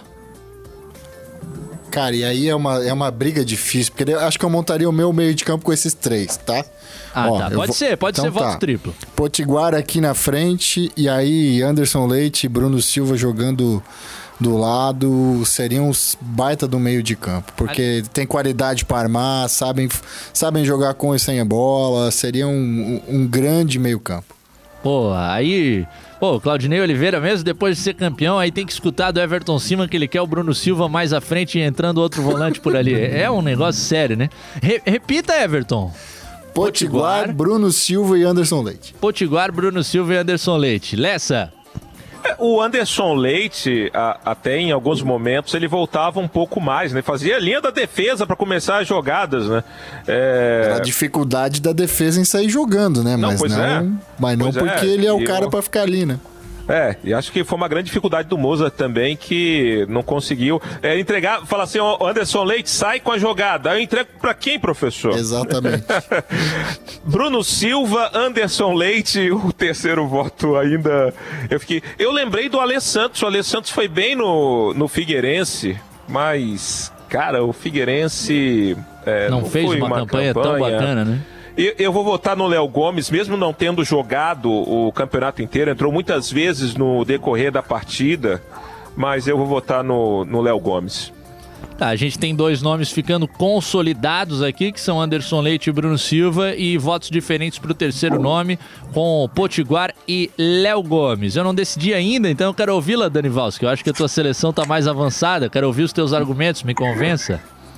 Cara, e aí é uma briga difícil, porque eu acho que eu montaria o meu meio de campo com esses 3, tá? Tá. Pode ser voto triplo. Potiguar aqui na frente, e aí Anderson Leite e Bruno Silva jogando do lado, seriam uns baita do meio de campo, porque tem qualidade para armar, sabem jogar com e sem a bola, seria um grande meio campo. Pô, aí... Pô, o Claudinei Oliveira mesmo, depois de ser campeão, aí tem que escutar do Everton Siman que ele quer o Bruno Silva mais à frente e entrando outro volante por ali. É um negócio sério, né? Repita, Everton. Potiguar, Bruno Silva e Anderson Leite. Potiguar, Bruno Silva e Anderson Leite. Lessa. O Anderson Leite, até em alguns momentos, ele voltava um pouco mais, né? Fazia a linha da defesa para começar as jogadas, né? Era a dificuldade da defesa em sair jogando, né? Mas não porque ele é o cara para ficar ali, né? E acho que foi uma grande dificuldade do Moza também, que não conseguiu entregar, falar assim, Anderson Leite, sai com a jogada. Eu entrego pra quem, professor? Exatamente. Bruno Silva, Anderson Leite, o terceiro voto ainda. Eu lembrei do Alê Santos. O Alê Santos foi bem no Figueirense, mas, cara, o Figueirense não fez uma campanha tão bacana, né? Eu vou votar no Léo Gomes, mesmo não tendo jogado o campeonato inteiro, entrou muitas vezes no decorrer da partida, mas eu vou votar no Léo Gomes. Tá, a gente tem 2 nomes ficando consolidados aqui, que são Anderson Leite e Bruno Silva, e votos diferentes para o terceiro nome, com Potiguar e Léo Gomes. Eu não decidi ainda, então eu quero ouvi-la, Dani Valsky. Eu acho que a tua seleção tá mais avançada, quero ouvir os teus argumentos, me convença.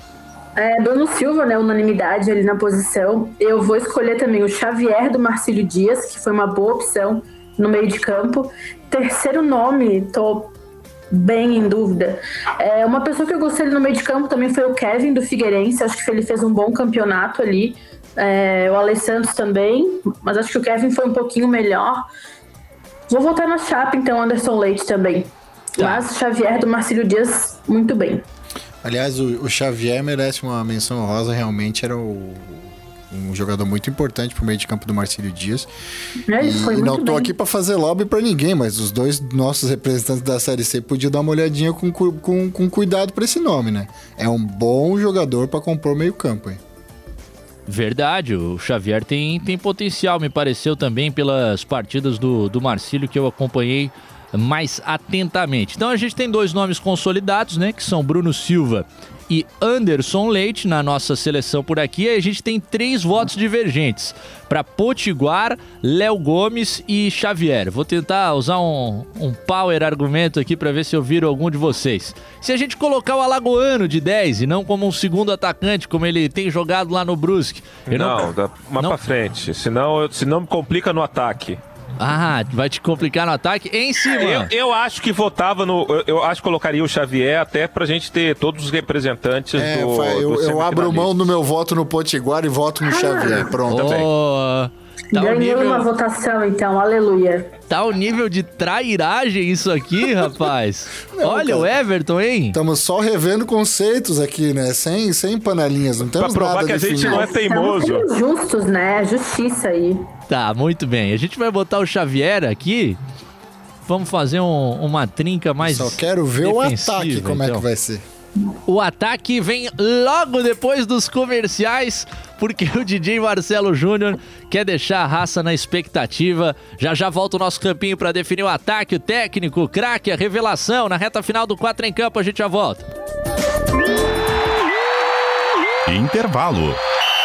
Bruno Silva, né, unanimidade ali na posição. Eu vou escolher também o Xavier do Marcílio Dias, que foi uma boa opção no meio de campo. Terceiro nome, tô bem em dúvida. Uma pessoa que eu gostei no meio de campo também foi o Kevin do Figueirense, acho que ele fez um bom campeonato ali. O Alê Santos também, mas acho que o Kevin foi um pouquinho melhor. Vou voltar na chapa, então, Anderson Leite também. Tá. Mas o Xavier do Marcílio Dias, muito bem. Aliás, o Xavier merece uma menção honrosa, realmente era um jogador muito importante pro meio de campo do Marcílio Dias. E não tô aqui para fazer lobby para ninguém, mas os 2 nossos representantes da Série C podiam dar uma olhadinha com cuidado para esse nome, né? É um bom jogador para compor meio campo, hein? Verdade, o Xavier tem potencial, me pareceu também pelas partidas do Marcílio que eu acompanhei mais atentamente. Então a gente tem 2 nomes consolidados, né, que são Bruno Silva e Anderson Leite na nossa seleção por aqui. E a gente tem 3 votos divergentes para Potiguar, Léo Gomes e Xavier. Vou tentar usar um power argumento aqui para ver se eu viro algum de vocês. Se a gente colocar o Alagoano de 10 e não como um segundo atacante, como ele tem jogado lá no Brusque... Dá mais pra frente, senão me complica no ataque. Ah, vai te complicar no ataque em cima. Eu acho que votava no... Eu acho que colocaria o Xavier até pra gente ter todos os representantes do eu abro mão do meu voto no Potiguar e voto no Xavier. Pronto. Ganhei uma votação, então. Aleluia. Tá o nível de trairagem isso aqui, rapaz. Não, olha, cara, o Everton, hein? Estamos só revendo conceitos aqui, né? Sem panelinhas. Não temos pra provar nada que a gente não é teimoso. Estamos justos, né? Justiça aí. Tá, muito bem. A gente vai botar o Xavier aqui. Vamos fazer uma trinca mais só quero ver o ataque, como então é que vai ser. O ataque vem logo depois dos comerciais, porque o DJ Marcelo Júnior quer deixar a raça na expectativa. Já volta o nosso campinho para definir o ataque, o técnico, o craque, a revelação. Na reta final do 4 em Campo, a gente já volta. Intervalo.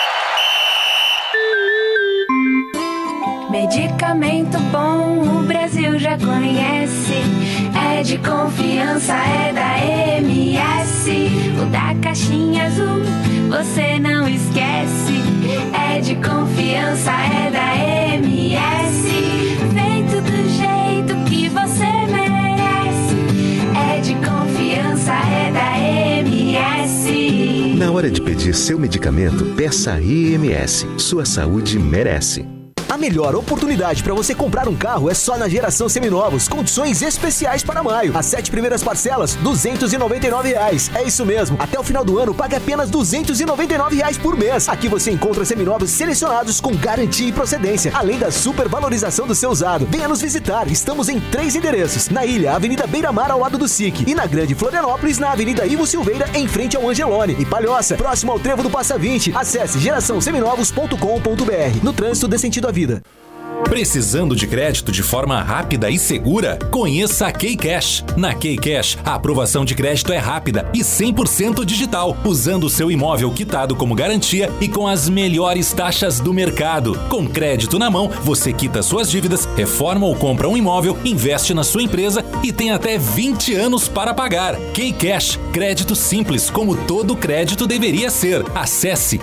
Medicamento bom, o Brasil já conhece. É de confiança, é da MS. O da caixinha azul, você não esquece. É de confiança, é da MS. Feito do jeito que você merece. É de confiança, é da MS. Na hora de pedir seu medicamento, peça a IMS. Sua saúde merece. A melhor oportunidade para você comprar um carro é só na Geração Seminovos. Condições especiais para maio. As 7 primeiras parcelas, R$ 299. É isso mesmo. Até o final do ano, pague apenas R$ 299 por mês. Aqui você encontra seminovos selecionados com garantia e procedência, além da supervalorização do seu usado. Venha nos visitar. Estamos em 3 endereços. Na Ilha, Avenida Beira-Mar, ao lado do SIC. E na Grande Florianópolis, na Avenida Ivo Silveira, em frente ao Angelone. E Palhoça, próximo ao Trevo do Passa 20. Acesse geraçãoseminovos.com.br. No trânsito dê sentido à vida. Precisando de crédito de forma rápida e segura? Conheça a K-Cash. Na K-Cash, a aprovação de crédito é rápida e 100% digital, usando o seu imóvel quitado como garantia e com as melhores taxas do mercado. Com crédito na mão, você quita suas dívidas, reforma ou compra um imóvel, investe na sua empresa e tem até 20 anos para pagar. K-Cash, crédito simples, como todo crédito deveria ser. Acesse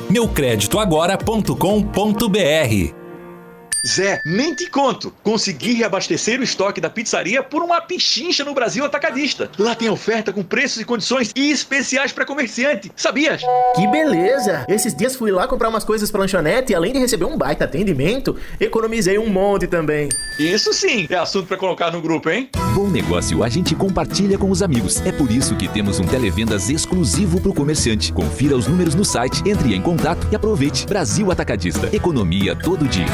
meucreditoagora.com.br. Zé, nem te conto. Consegui reabastecer o estoque da pizzaria por uma pichincha no Brasil Atacadista. Lá tem oferta com preços e condições especiais para comerciante. Sabias? Que beleza! Esses dias fui lá comprar umas coisas pra lanchonete e além de receber um baita atendimento, economizei um monte também. Isso sim, é assunto para colocar no grupo, hein? Bom negócio a gente compartilha com os amigos. É por isso que temos um televendas exclusivo pro comerciante. Confira os números no site, entre em contato e aproveite. Brasil Atacadista. Economia todo dia.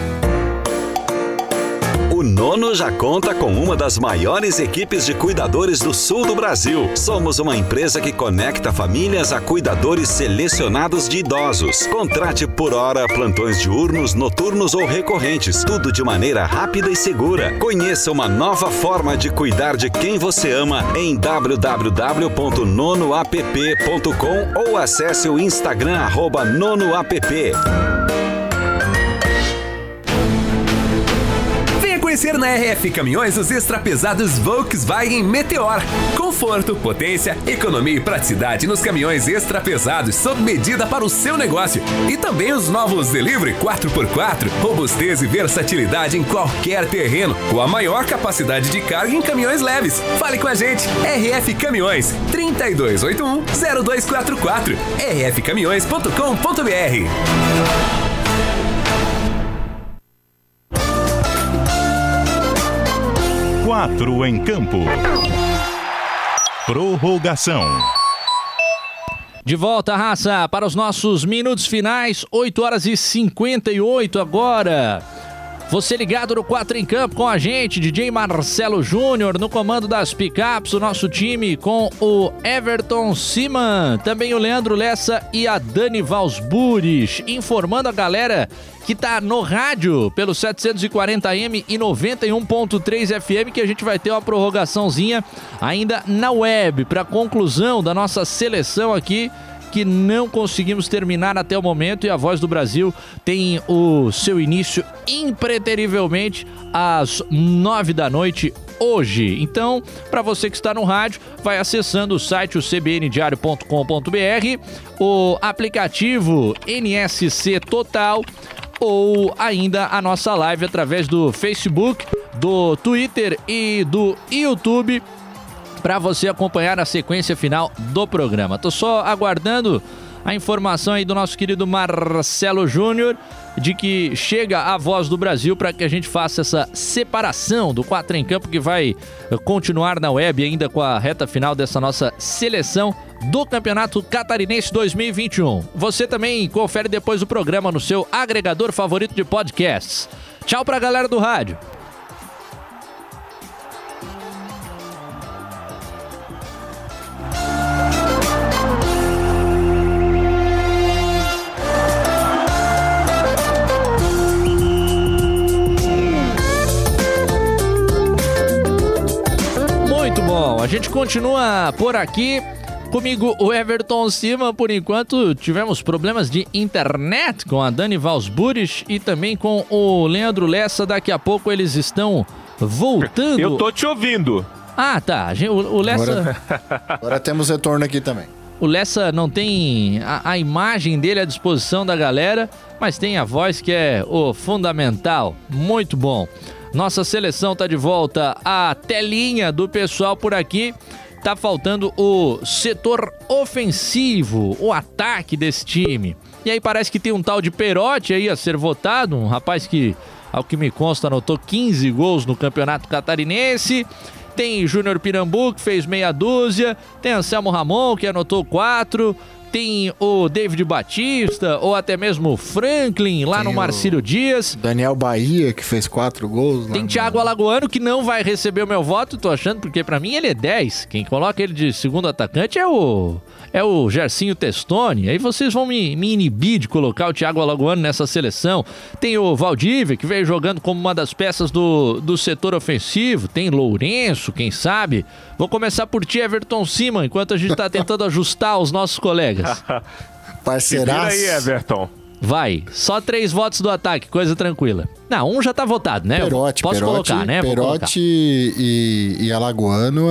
O Nono já conta com uma das maiores equipes de cuidadores do sul do Brasil. Somos uma empresa que conecta famílias a cuidadores selecionados de idosos. Contrate por hora plantões diurnos, noturnos ou recorrentes. Tudo de maneira rápida e segura. Conheça uma nova forma de cuidar de quem você ama em www.nonoapp.com ou acesse o Instagram @nonoapp. Conhecer na RF Caminhões os extrapesados Volkswagen Meteor. Conforto, potência, economia e praticidade nos caminhões extrapesados sob medida para o seu negócio. E também os novos Delivery 4x4, robustez e versatilidade em qualquer terreno, com a maior capacidade de carga em caminhões leves. Fale com a gente, RF Caminhões, 3281-0244, rfcaminhões.com.br. 4 em Campo. Prorrogação. De volta, raça, para os nossos minutos finais, 8h58 agora. Você ligado no 4 em Campo com a gente, DJ Marcelo Júnior no comando das picapes, o nosso time com o Everton Siman, também o Leandro Lessa e a Dani Valsburis, informando a galera que tá no rádio pelo 740M e 91.3 FM que a gente vai ter uma prorrogaçãozinha ainda na web para conclusão da nossa seleção aqui, que não conseguimos terminar até o momento, e a Voz do Brasil tem o seu início impreterivelmente às 9 da noite hoje. Então, para você que está no rádio, vai acessando o site, o cbndiario.com.br, o aplicativo NSC Total, ou ainda a nossa live através do Facebook, do Twitter e do YouTube, para você acompanhar a sequência final do programa. Tô só aguardando a informação aí do nosso querido Marcelo Júnior de que chega a Voz do Brasil para que a gente faça essa separação do 4 em Campo, que vai continuar na web ainda com a reta final dessa nossa seleção do Campeonato Catarinense 2021. Você também confere depois o programa no seu agregador favorito de podcasts. Tchau pra galera do rádio. Bom, a gente continua por aqui. Comigo, o Everton Siman. Por enquanto, tivemos problemas de internet com a Dani Valsburis e também com o Leandro Lessa. Daqui a pouco eles estão voltando. Eu tô te ouvindo. Ah, tá. O Lessa... Agora temos retorno aqui também. O Lessa não tem a imagem dele à disposição da galera, mas tem a voz, que é o fundamental. Muito bom. Nossa seleção tá de volta à telinha do pessoal por aqui. Tá faltando o setor ofensivo, o ataque desse time. E aí parece que tem um tal de Perotti aí a ser votado, um rapaz que, ao que me consta, anotou 15 gols no Campeonato Catarinense. Tem Júnior Pirambu, que fez meia dúzia. Tem Anselmo Ramon, que anotou 4. Tem o David Batista, ou até mesmo o Franklin, lá no Marcílio Dias. Daniel Bahia, que fez 4 gols. Tem Thiago Alagoano, que não vai receber o meu voto, tô achando, porque pra mim ele é 10. Quem coloca ele de segundo atacante é o Gersinho Testoni. Aí vocês vão me inibir de colocar o Thiago Alagoano nessa seleção. Tem o Valdívia, que veio jogando como uma das peças do setor ofensivo. Tem Lourenço, quem sabe. Vou começar por ti, Everton Siman, enquanto a gente tá tentando ajustar os nossos colegas. Parceiraço. Vira aí, Everton. Vai, só 3 votos do ataque, coisa tranquila. Não, um já tá votado, né? Posso colocar, né? Perotti e Alagoano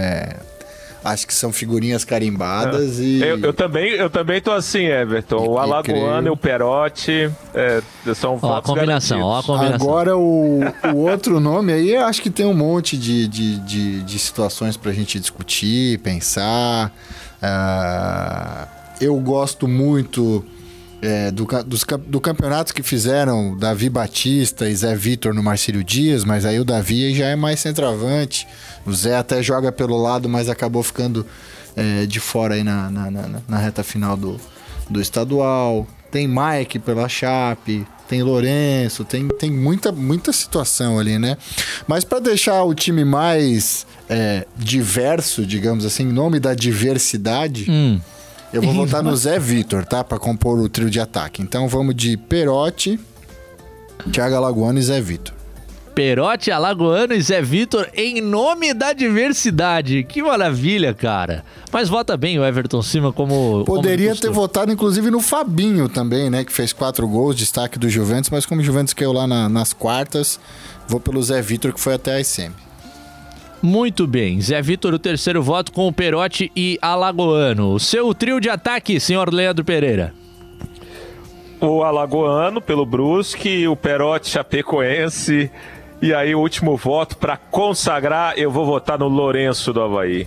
acho que são figurinhas carimbadas e... Eu também tô assim, Everton. O Alagoano e o Perotti são votos garantidos. Ó a combinação. Agora, o outro nome aí, eu acho que tem um monte de situações pra gente discutir, pensar. Eu gosto muito do campeonato que fizeram Davi Batista e Zé Vitor no Marcílio Dias, mas aí o Davi já é mais centroavante. O Zé até joga pelo lado, mas acabou ficando de fora aí na reta final do estadual. Tem Mike pela Chape, tem Lourenço, tem muita situação ali, né? Mas para deixar o time mais diverso, digamos assim, em nome da diversidade... Eu vou votar no Zé Vitor, tá? Pra compor o trio de ataque. Então vamos de Perotti, Thiago Alagoano e Zé Vitor. Perotti, Alagoano e Zé Vitor em nome da diversidade. Que maravilha, cara. Mas vota bem o Everton Siman como... Poderia ter votado, inclusive, no Fabinho também, né? Que fez 4 gols, destaque do Juventus. Mas como o Juventus caiu lá nas quartas, vou pelo Zé Vitor, que foi até a semi. Muito bem, Zé Vitor, o terceiro voto com o Perotti e Alagoano. O seu trio de ataque, senhor Leandro Pereira. O Alagoano pelo Brusque, o Perotti Chapecoense, e aí o último voto para consagrar, eu vou votar no Lourenço do Avaí.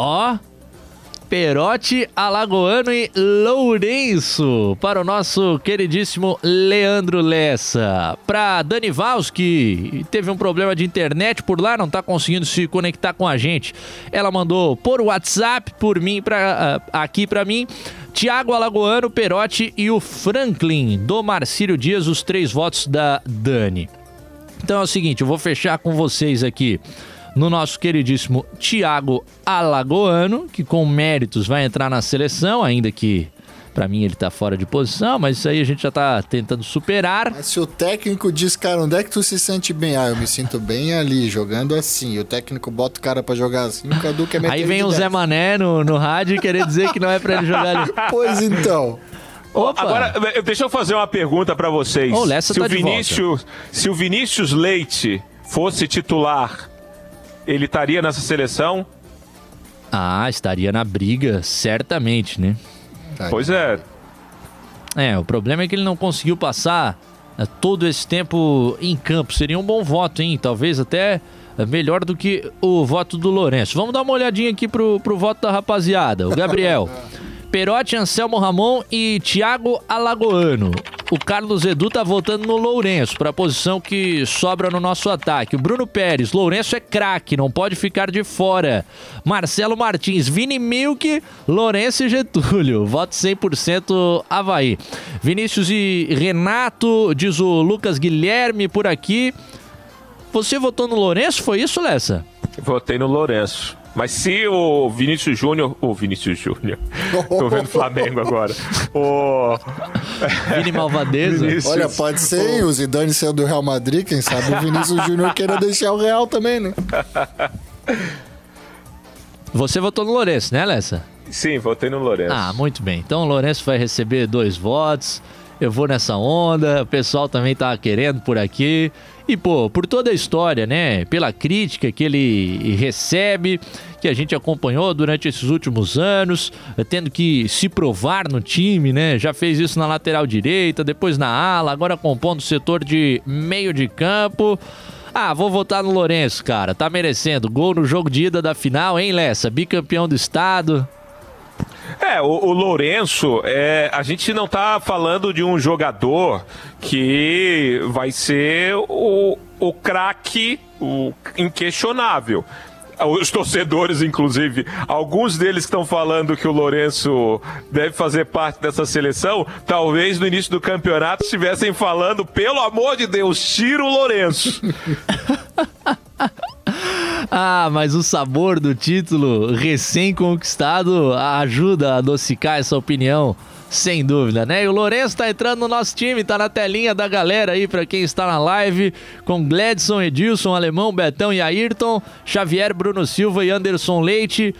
Perotti, Alagoano e Lourenço para o nosso queridíssimo Leandro Lessa. Para Dani Vals, que teve um problema de internet por lá, não está conseguindo se conectar com a gente. Ela mandou por WhatsApp, por mim, aqui para mim, Thiago Alagoano, Perotti e o Franklin do Marcílio Dias, os 3 votos da Dani. Então é o seguinte, eu vou fechar com vocês aqui no nosso queridíssimo Thiago Alagoano, que com méritos vai entrar na seleção, ainda que pra mim ele tá fora de posição, mas isso aí a gente já tá tentando superar. Mas se o técnico diz, cara, onde é que tu se sente bem? Eu me sinto bem ali, jogando assim. E o técnico bota o cara pra jogar assim, o Cadu quer meter. Aí vem o Zé Mané no rádio e querer dizer que não é pra ele jogar ali. Pois então. Opa. Agora, deixa eu fazer uma pergunta pra vocês. Se o Vinícius Leite fosse titular, ele estaria nessa seleção? Estaria na briga, certamente, né? Pois é. O problema é que ele não conseguiu passar todo esse tempo em campo. Seria um bom voto, hein? Talvez até melhor do que o voto do Lourenço. Vamos dar uma olhadinha aqui pro voto da rapaziada. O Gabriel, Perotti, Anselmo Ramon e Thiago Alagoano. O Carlos Edu tá votando no Lourenço, para a posição que sobra no nosso ataque. O Bruno Pérez, Lourenço é craque, não pode ficar de fora. Marcelo Martins, Vini Milk, Lourenço e Getúlio. Voto 100% Avaí. Vinícius e Renato, diz o Lucas Guilherme por aqui. Você votou no Lourenço, foi isso, Lessa? Votei no Lourenço. Mas se o Vinícius Júnior... Tô vendo Flamengo agora. Vini Malvadeza. Olha, pode ser, hein? O Zidane saiu do Real Madrid, quem sabe o Vinícius Júnior queira deixar o Real também, né? Você votou no Lourenço, né, Lessa? Sim, votei no Lourenço. Muito bem. Então o Lourenço vai receber 2 votos. Eu vou nessa onda, o pessoal também tá querendo por aqui. E, por toda a história, né? Pela crítica que ele recebe, que a gente acompanhou durante esses últimos anos, tendo que se provar no time, né? Já fez isso na lateral direita, depois na ala, agora compondo o setor de meio de campo. Vou votar no Lourenço, cara. Tá merecendo. Gol no jogo de ida da final, hein, Lessa? Bicampeão do estado. O Lourenço, a gente não tá falando de um jogador que vai ser o craque, o inquestionável. Os torcedores, inclusive, alguns deles estão falando que o Lourenço deve fazer parte dessa seleção, talvez no início do campeonato estivessem falando, pelo amor de Deus, tira o Lourenço. Mas o sabor do título recém-conquistado ajuda a adocicar essa opinião, sem dúvida, né? E o Lourenço tá entrando no nosso time, tá na telinha da galera aí, pra quem está na live, com Gledson, Edilson, Alemão, Betão e Ayrton, Xavier, Bruno Silva e Anderson Leite.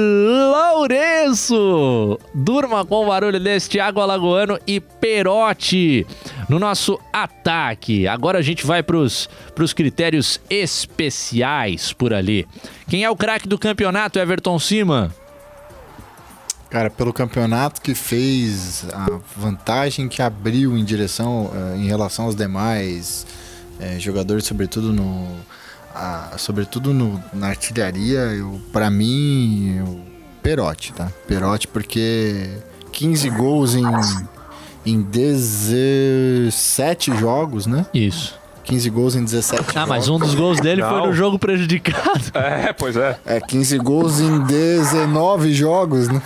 Lourenço! Durma com o barulho desse, Thiago Alagoano e Perotti no nosso ataque. Agora a gente vai pros critérios especiais por ali. Quem é o craque do campeonato, Everton Cima? Cara, pelo campeonato que fez, a vantagem que abriu em relação aos demais jogadores, sobretudo na artilharia, pra mim, Perotti, tá? Perotti, porque 15 gols em 17 jogos, né? Isso. 15 gols em 17 jogos. Mas um dos gols dele foi no jogo prejudicado. Pois é. 15 gols em 19 jogos, né?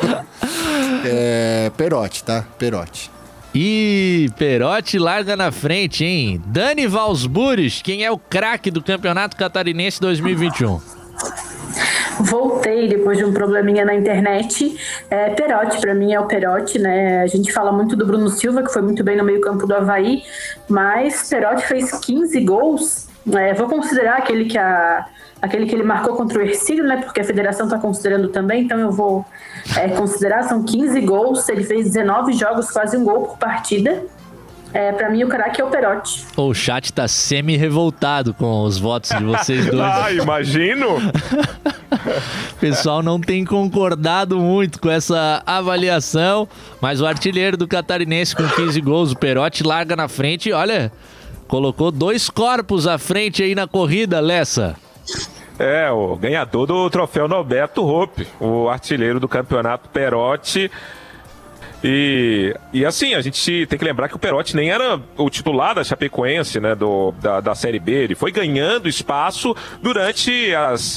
Perotti, tá? Perotti. E Perotti larga na frente, hein? Dani Valsburis, quem é o craque do Campeonato Catarinense 2021? Voltei depois de um probleminha na internet. Perotti, pra mim é o Perotti, né? A gente fala muito do Bruno Silva, que foi muito bem no meio-campo do Avaí, mas Perotti fez 15 gols. Vou considerar aquele que ele marcou contra o Ercílio, né? Porque a federação está considerando também, então eu vou considerar. São 15 gols, ele fez 19 jogos, quase um gol por partida. Pra mim, o craque é o Perotti. O chat tá semi-revoltado com os votos de vocês dois. Imagino! O pessoal não tem concordado muito com essa avaliação, mas o artilheiro do Catarinense com 15 gols, o Perotti, larga na frente e, olha, colocou 2 corpos à frente aí na corrida, Lessa. O ganhador do troféu Norberto Hoppe, o artilheiro do campeonato, Perotti. E assim, a gente tem que lembrar que o Perotti nem era o titular da Chapecoense, né, da Série B. Ele foi ganhando espaço durante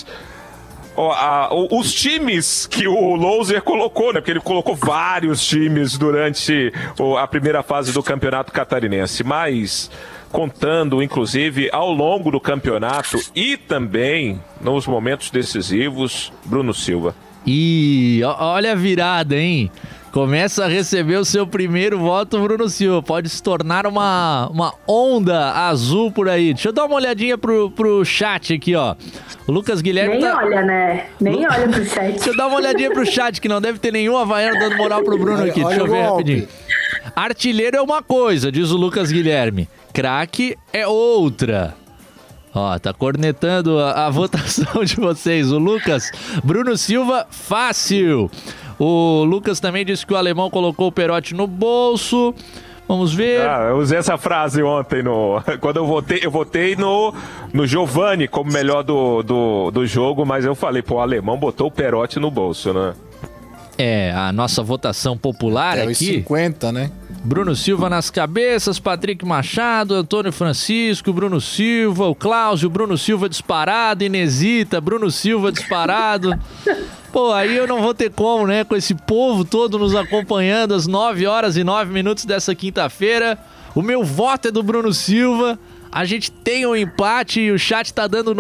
os times que o Louser colocou, né? Porque ele colocou vários times durante a primeira fase do Campeonato Catarinense. Mas contando, inclusive, ao longo do campeonato e também nos momentos decisivos, Bruno Silva. E olha a virada, hein? Começa a receber o seu primeiro voto, Bruno Silva. Pode se tornar uma onda azul por aí. Deixa eu dar uma olhadinha pro chat aqui, ó. O Lucas Guilherme Nem olha, né? Nem olha pro chat. Deixa eu dar uma olhadinha pro chat, que não deve ter nenhum havaiano dando moral pro Bruno aqui. Deixa eu ver rapidinho. Artilheiro é uma coisa, diz o Lucas Guilherme. Craque é outra. Ó, tá cornetando a votação de vocês. O Lucas, Bruno Silva, fácil. O Lucas também disse que o alemão colocou o Perotti no bolso. Vamos ver. Eu usei essa frase ontem quando eu votei no Giovani como melhor do jogo, mas eu falei, pô, o alemão botou o Perotti no bolso, né? A nossa votação popular aqui. 50, né? Bruno Silva nas cabeças, Patrick Machado, Antônio Francisco, Bruno Silva, o Cláudio, Bruno Silva disparado, Inesita, Bruno Silva disparado. Pô, aí eu não vou ter como, né? Com esse povo todo nos acompanhando às 9h09 dessa quinta-feira. O meu voto é do Bruno Silva. A gente tem um empate e o chat tá dando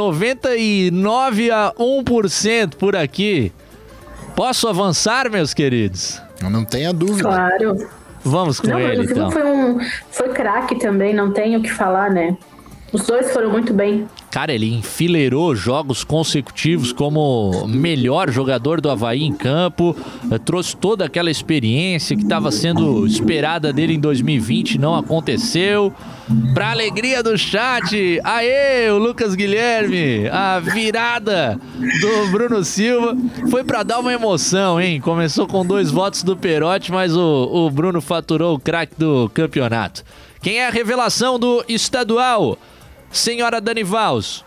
99-1% por aqui. Posso avançar, meus queridos? Não tenha dúvida. Claro. Vamos com ele, então. Foi craque também, não tenho o que falar, né? Os dois foram muito bem. Cara, ele enfileirou jogos consecutivos como melhor jogador do Avaí em campo, trouxe toda aquela experiência que estava sendo esperada dele em 2020, não aconteceu. Pra alegria do chat, aê, o Lucas Guilherme, a virada do Bruno Silva foi pra dar uma emoção, hein? Começou com 2 votos do Perotti, mas o Bruno faturou o craque do campeonato. Quem é a revelação do estadual? Senhora Dani Vals.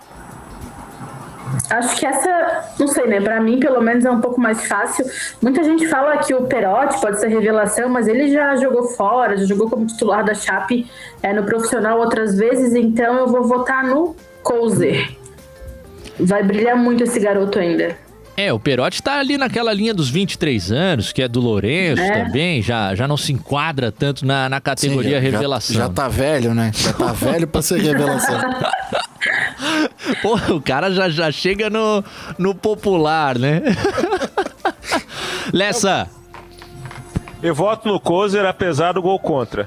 Acho que essa, não sei, né? Pra mim, pelo menos, é um pouco mais fácil. Muita gente fala que o Perotti pode ser revelação, mas ele já jogou fora, já jogou como titular da Chape no profissional outras vezes, então eu vou votar no Couser. Vai brilhar muito esse garoto ainda. O Perotti tá ali naquela linha dos 23 anos, que é do Lourenço também, já não se enquadra tanto na categoria revelação. Já tá velho, né? Já tá velho pra ser revelação. Pô, o cara já chega no popular, né? Lessa. Eu voto no Couser, apesar do gol contra.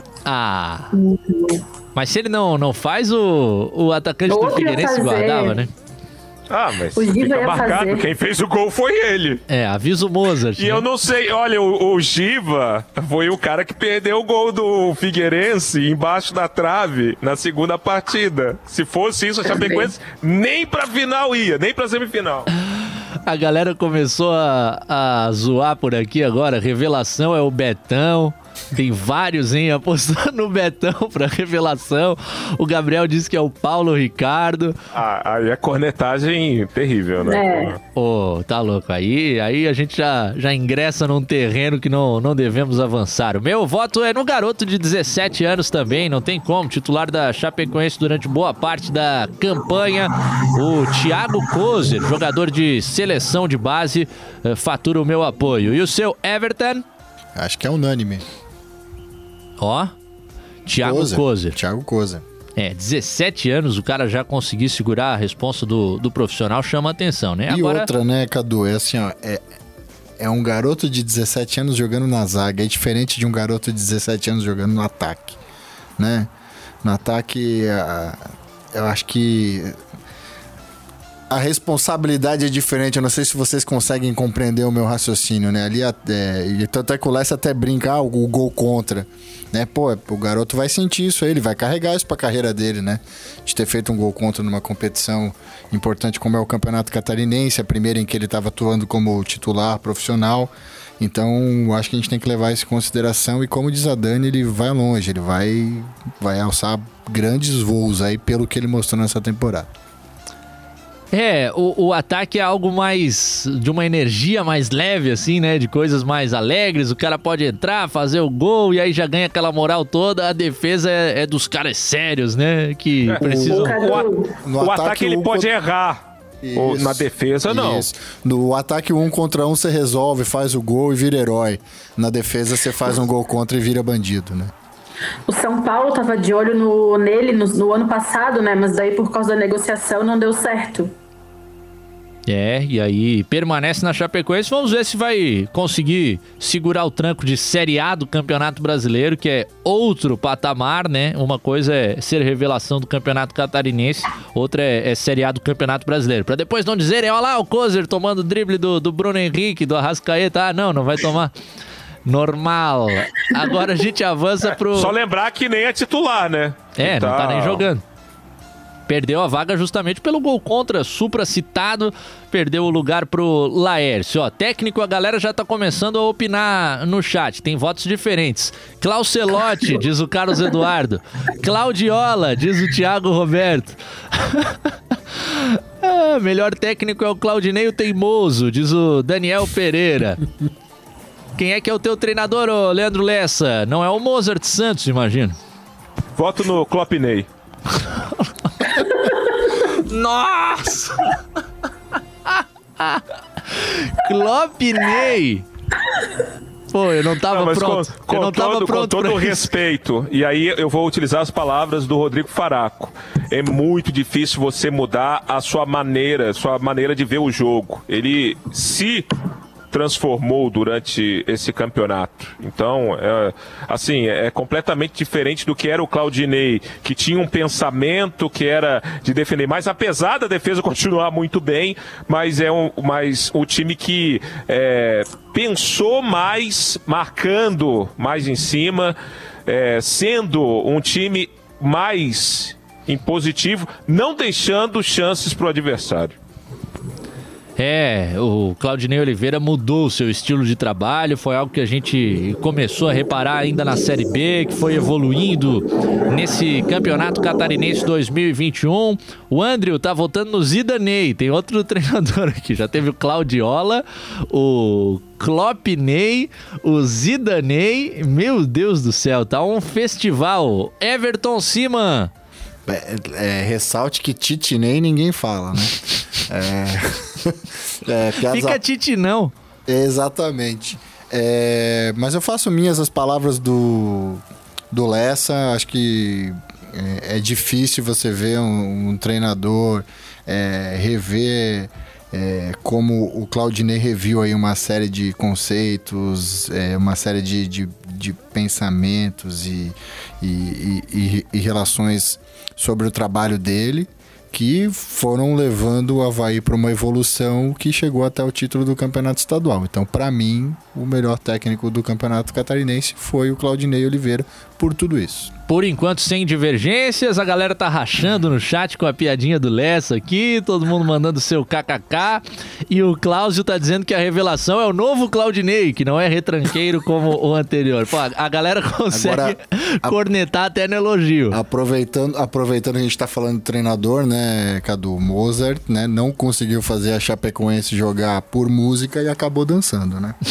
Mas se ele não faz, o atacante do Figueirense guardava, né? Mas fica marcado, quem fez o gol foi ele. Avisa o Mozart. E eu não sei, olha, o Giva foi o cara que perdeu o gol do Figueirense embaixo da trave na segunda partida. Se fosse isso, a Chapecoense nem pra final ia, nem pra semifinal. A galera começou a zoar por aqui agora, revelação é o Betão. Tem vários, hein, apostando no Betão pra revelação. O Gabriel disse que é o Paulo Ricardo. Aí é cornetagem terrível, né? Tá louco. Aí a gente já ingressa num terreno que não devemos avançar. O meu voto é no garoto de 17 anos também, não tem como. Titular da Chapecoense durante boa parte da campanha. O Thiago Couser, jogador de seleção de base, fatura o meu apoio. E o seu Everton? Acho que é unânime. Thiago Couser. Thiago Couser. 17 anos, o cara já conseguir segurar a responsa do profissional, chama atenção, né? E outra, né, Cadu, é assim, é um garoto de 17 anos jogando na zaga, é diferente de um garoto de 17 anos jogando no ataque, né? No ataque, eu acho que a responsabilidade é diferente. Eu não sei se vocês conseguem compreender o meu raciocínio, né? Ali e tanto é que o Lessa até brinca, o gol contra, né? Pô, o garoto vai sentir isso aí, ele vai carregar isso pra carreira dele, né? De ter feito um gol contra numa competição importante como é o Campeonato Catarinense, a primeira em que ele estava atuando como titular profissional. Então, acho que a gente tem que levar isso em consideração e, como diz a Dani, ele vai longe, ele vai alçar grandes voos aí pelo que ele mostrou nessa temporada. O ataque é algo mais de uma energia mais leve, assim, né? De coisas mais alegres. O cara pode entrar, fazer o gol e aí já ganha aquela moral toda. A defesa é dos caras sérios, né? Que precisam... O ataque ele pode errar. Isso, na defesa, não. Isso. No ataque 1 contra 1 você resolve, faz o gol e vira herói. Na defesa você faz um gol contra e vira bandido, né? O São Paulo estava de olho nele no ano passado, né? Mas daí por causa da negociação não deu certo. E aí permanece na Chapecoense. Vamos ver se vai conseguir segurar o tranco de Série A do Campeonato Brasileiro, que é outro patamar, né? Uma coisa é ser revelação do Campeonato Catarinense, outra é Série A do Campeonato Brasileiro. Pra depois não dizerem, olha lá o Kozer tomando drible do Bruno Henrique, do Arrascaeta. Ah, não vai tomar. Normal. Agora a gente avança pro... Só lembrar que nem é titular, né? Não tá nem jogando. Perdeu a vaga justamente pelo gol contra, supracitado, perdeu o lugar pro Laércio. Técnico, a galera já tá começando a opinar no chat, tem votos diferentes. Claucelotti, diz o Carlos Eduardo. Claudiola, diz o Thiago Roberto. Melhor técnico é o Claudinei o Teimoso, diz o Daniel Pereira. Quem é que é o teu treinador, ô Leandro Lessa? Não é o Mozart Santos, imagino. Voto no Klopinei. Nossa! Klopinei! Pô, eu não tava pronto. Com todo o respeito, e aí eu vou utilizar as palavras do Rodrigo Faraco. É muito difícil você mudar a sua maneira de ver o jogo. Ele se transformou durante esse campeonato. Então, é completamente diferente do que era o Claudinei, que tinha um pensamento que era de defender mais, apesar da defesa continuar muito bem, mas o time que pensou mais, marcando mais em cima, sendo um time mais impositivo, não deixando chances para o adversário. O Claudinei Oliveira mudou o seu estilo de trabalho, foi algo que a gente começou a reparar ainda na Série B, que foi evoluindo nesse Campeonato Catarinense 2021. O Andrew tá votando no Zidanei, tem outro treinador aqui, já teve o Claudiola, o Klopinei, o Zidanei, meu Deus do céu, tá um festival. Everton Siman. Ressalte que Titinei ninguém fala, né? Fica Titinão. Exatamente. Mas eu faço minhas as palavras do Lessa. Acho que é difícil você ver um treinador rever como o Claudinei reviu aí uma série de conceitos, uma série de pensamentos e relações sobre o trabalho dele, que foram levando o Avaí para uma evolução que chegou até o título do Campeonato Estadual. Então, para mim, o melhor técnico do Campeonato Catarinense foi o Claudinei Oliveira, por tudo isso. Por enquanto, sem divergências, a galera tá rachando no chat com a piadinha do Lessa aqui, todo mundo mandando seu kkk, e o Cláudio tá dizendo que a revelação é o novo Claudinei, que não é retranqueiro como o anterior. Pô, a galera consegue cornetar até no elogio. Aproveitando que a gente tá falando de treinador, né, Cadu? Mozart, né, não conseguiu fazer a Chapecoense jogar por música e acabou dançando, né?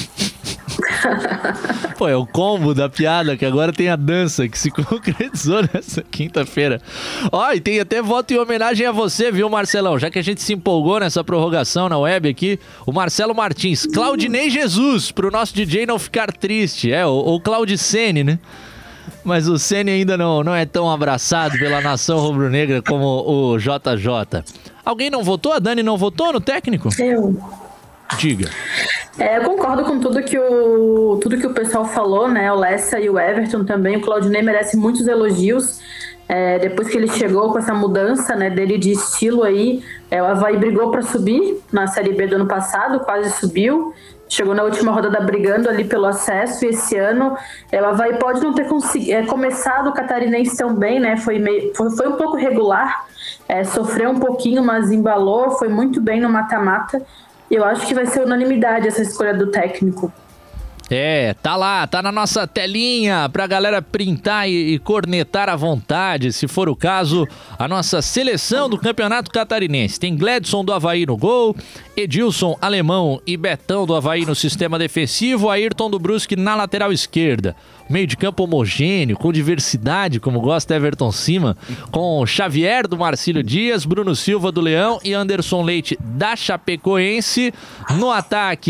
Pô, é o combo da piada, que agora tem a dança que se concretizou nessa quinta-feira. E tem até voto em homenagem a você, viu, Marcelão? Já que a gente se empolgou nessa prorrogação na web aqui, o Marcelo Martins, Claudinei Jesus, pro nosso DJ não ficar triste. O Claudicene, né? Mas o Ceni ainda não é tão abraçado pela nação rubro-negra como o JJ. Alguém não votou? A Dani não votou no técnico? Eu. Diga. Eu concordo com tudo que o pessoal falou, né? O Lessa e o Everton também. O Claudinei merece muitos elogios. Depois que ele chegou com essa mudança, né, dele de estilo aí, o Avaí brigou para subir na Série B do ano passado, quase subiu. Chegou na última rodada brigando ali pelo acesso, e esse ano o Avaí pode não ter começado o Catarinense tão bem, né? Foi um pouco regular, sofreu um pouquinho, mas embalou, foi muito bem no mata-mata. Eu acho que vai ser unanimidade essa escolha do técnico. Tá lá, tá na nossa telinha pra galera printar e cornetar à vontade, se for o caso, a nossa seleção do Campeonato Catarinense. Tem Gledson do Avaí no gol, Edilson, Alemão e Betão do Avaí no sistema defensivo, Ayrton do Brusque na lateral esquerda. Meio de campo homogêneo, com diversidade, como gosta Everton Siman, com Xavier do Marcílio Dias, Bruno Silva do Leão e Anderson Leite da Chapecoense. No ataque,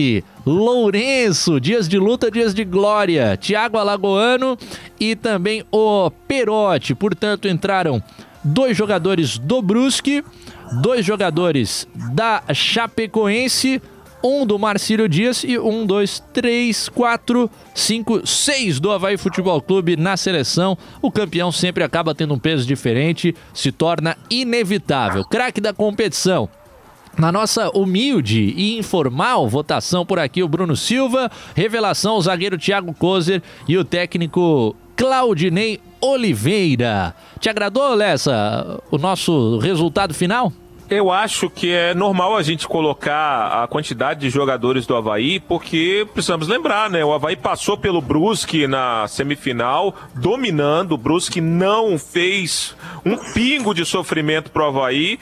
Lourenço, dias de luta, dias de glória. Thiago Alagoano e também o Perotti. Portanto, entraram 2 jogadores do Brusque, 2 jogadores da Chapecoense, 1 do Marcílio Dias e 1, 2, 3, 4, 5, 6 do Avaí Futebol Clube na seleção. O campeão sempre acaba tendo um peso diferente, se torna inevitável. Craque da competição. Na nossa humilde e informal votação por aqui, o Bruno Silva, revelação o zagueiro Thiago Kozer e o técnico Claudinei Oliveira. Te agradou, Lessa, o nosso resultado final? Eu acho que é normal a gente colocar a quantidade de jogadores do Avaí, porque precisamos lembrar, né? O Avaí passou pelo Brusque na semifinal, dominando. O Brusque não fez um pingo de sofrimento pro Avaí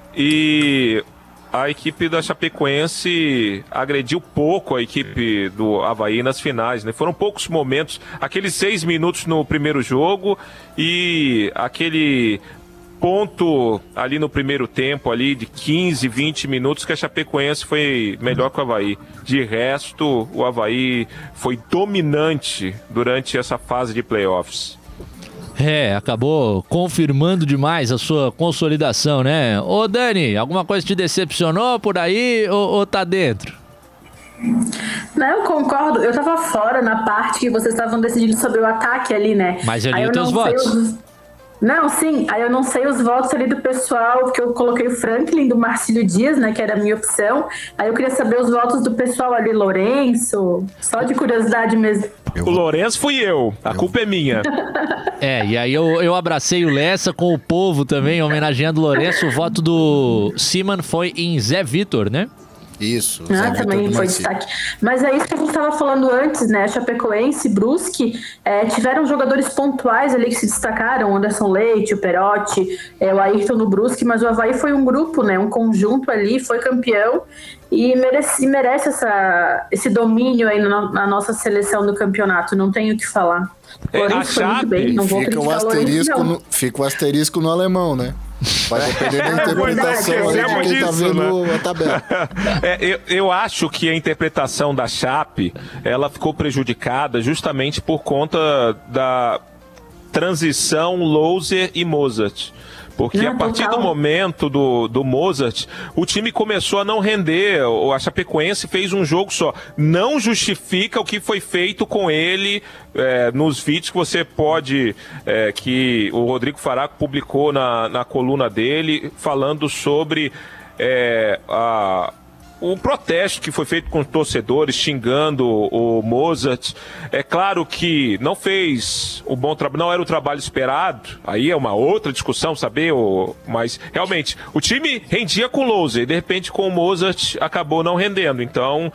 e a equipe da Chapecoense agrediu pouco a equipe do Avaí nas finais, né? Foram poucos momentos, aqueles 6 minutos no primeiro jogo e aquele ponto ali no primeiro tempo, ali de 15, 20 minutos, que a Chapecoense foi melhor que o Avaí. De resto, o Avaí foi dominante durante essa fase de playoffs. Acabou confirmando demais a sua consolidação, né? Ô Dani, alguma coisa te decepcionou por aí ou tá dentro? Não, eu concordo. Eu tava fora na parte que vocês estavam decidindo sobre o ataque ali, né? Mas eu li os teus votos. Não, sim, aí eu não sei os votos ali do pessoal, porque eu coloquei o Franklin do Marcílio Dias, né, que era a minha opção. Aí eu queria saber os votos do pessoal ali, Lourenço, só de curiosidade mesmo. O Lourenço fui eu, a culpa é minha. E aí eu abracei o Lessa com o povo também, homenageando o Lourenço. O voto do Siman foi em Zé Vitor, né? Isso. Também foi destaque. Mas é isso que a gente estava falando antes, né? Chapecoense, Brusque, tiveram jogadores pontuais ali que se destacaram, o Anderson Leite, o Perotti, o Ayrton no Brusque, mas o Avaí foi um grupo, né? Um conjunto ali, foi campeão e merece esse domínio aí na nossa seleção do campeonato, não tenho o que falar. A Chape, fica o asterisco no alemão, né? Vai depender da interpretação de quem tá vendo a tabela. Eu acho que a interpretação da Chape, ela ficou prejudicada justamente por conta da transição Louser e Mozart. Porque a partir do momento do Mozart, o time começou a não render. A Chapecoense fez um jogo só. Não justifica o que foi feito com ele nos vídeos que você pode... que o Rodrigo Faraco publicou na coluna dele, falando sobre o protesto que foi feito com os torcedores, xingando o Mozart. É claro que não fez o bom trabalho, não era o trabalho esperado, aí é uma outra discussão, saber, mas realmente, o time rendia com o Louser, e de repente com o Mozart acabou não rendendo, então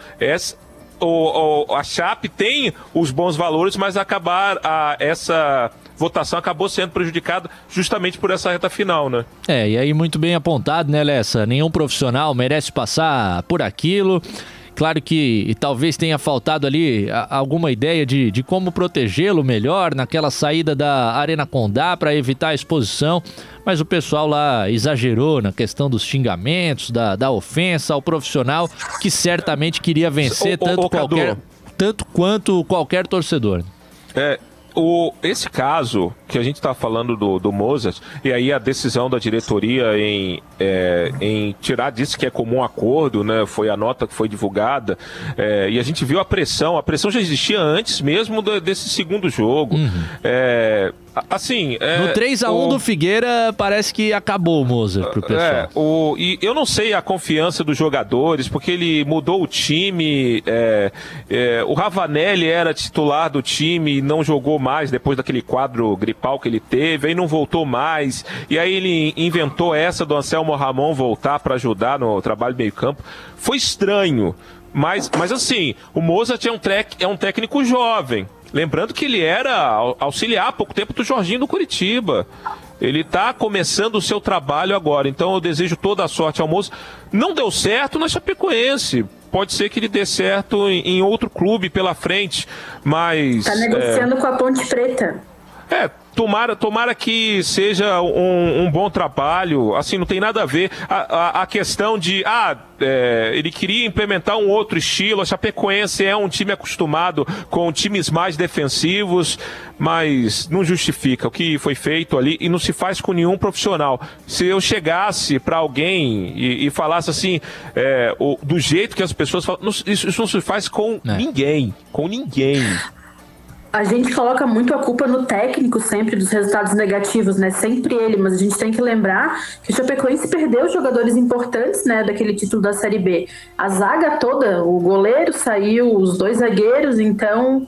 a Chape tem os bons valores, mas essa votação acabou sendo prejudicada justamente por essa reta final, né? E aí muito bem apontado, né, Lessa? Nenhum profissional merece passar por aquilo. Claro que talvez tenha faltado ali alguma ideia de como protegê-lo melhor naquela saída da Arena Condá para evitar a exposição, mas o pessoal lá exagerou na questão dos xingamentos, da ofensa ao profissional, que certamente queria vencer tanto quanto qualquer torcedor. Esse caso que a gente está falando do Mozart, e aí a decisão da diretoria em tirar disso que é comum acordo, né? Foi a nota que foi divulgada, e a gente viu a pressão já existia antes mesmo desse segundo jogo. No 3-1 do Figueira parece que acabou o Mozart pro pessoal. E eu não sei a confiança dos jogadores, porque ele mudou o time, o Ravanelli era titular do time e não jogou mais depois daquele quadro gripal que ele teve, aí não voltou mais, e aí ele inventou essa do Anselmo Ramon voltar para ajudar no trabalho meio campo. Foi estranho, mas assim, o Mozart é um técnico jovem. Lembrando que ele era auxiliar há pouco tempo do Jorginho do Curitiba. Ele está começando o seu trabalho agora. Então eu desejo toda a sorte ao Mozart. Não deu certo na Chapecoense. Pode ser que ele dê certo em outro clube pela frente. Mas... Está negociando com a Ponte Preta. Tomara que seja um bom trabalho, assim, não tem nada a ver a questão de, ele queria implementar um outro estilo, a Chapecoense é um time acostumado com times mais defensivos, mas não justifica o que foi feito ali e não se faz com nenhum profissional. Se eu chegasse para alguém e falasse assim, do jeito que as pessoas falam, isso não se faz com ninguém, A gente coloca muito a culpa no técnico sempre dos resultados negativos, né? Sempre ele, mas a gente tem que lembrar que o Chapecoense perdeu jogadores importantes, né, daquele título da Série B. A zaga toda, o goleiro saiu, os 2 zagueiros, então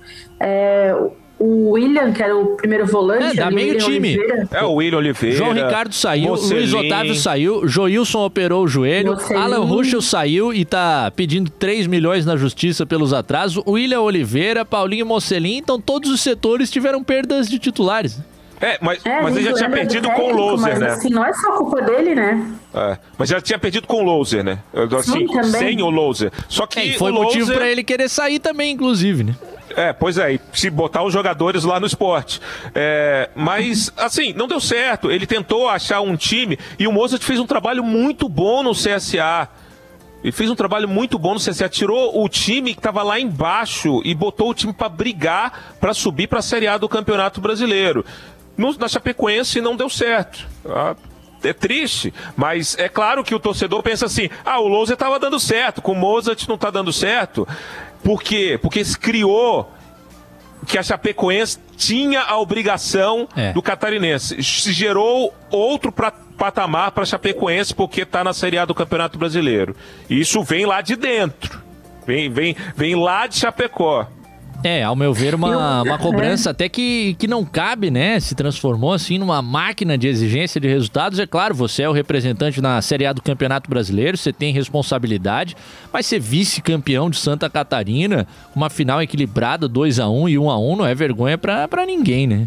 o William, que era o primeiro volante... dá meio time. O William Oliveira. João Ricardo saiu, Mocelin. Luiz Otávio saiu, Joilson operou o joelho, Mocelin. Alan Ruschel saiu e tá pedindo 3 milhões na justiça pelos atrasos, William Oliveira, Paulinho Mocelin, então todos os setores tiveram perdas de titulares. Mas ele já tinha perdido com o Louser, né? Assim, não é só culpa dele, né? Mas já tinha perdido com o Louser, né? Assim, sem o Louser. Só que foi motivo pra ele querer sair também, inclusive, né? Pois é, e se botar os jogadores lá no esporte. Mas, assim, não deu certo. Ele tentou achar um time e o Mozart fez um trabalho muito bom no CSA. Ele fez um trabalho muito bom no CSA. Tirou o time que estava lá embaixo e botou o time para brigar, para subir para a Série A do Campeonato Brasileiro. Na Chapecoense não deu certo. É triste, mas é claro que o torcedor pensa assim, o Louser estava dando certo, com o Mozart não está dando certo. Por quê? Porque se criou que a Chapecoense tinha a obrigação do catarinense. Se gerou outro patamar para a Chapecoense porque está na Série A do Campeonato Brasileiro. E isso vem lá de dentro. Vem lá de Chapecó. Ao meu ver, uma cobrança até que não cabe, né? Se transformou assim numa máquina de exigência de resultados. É claro, você é o representante na Série A do Campeonato Brasileiro, você tem responsabilidade, mas ser vice-campeão de Santa Catarina, uma final equilibrada, 2-1 e 1-1, não é vergonha pra ninguém, né?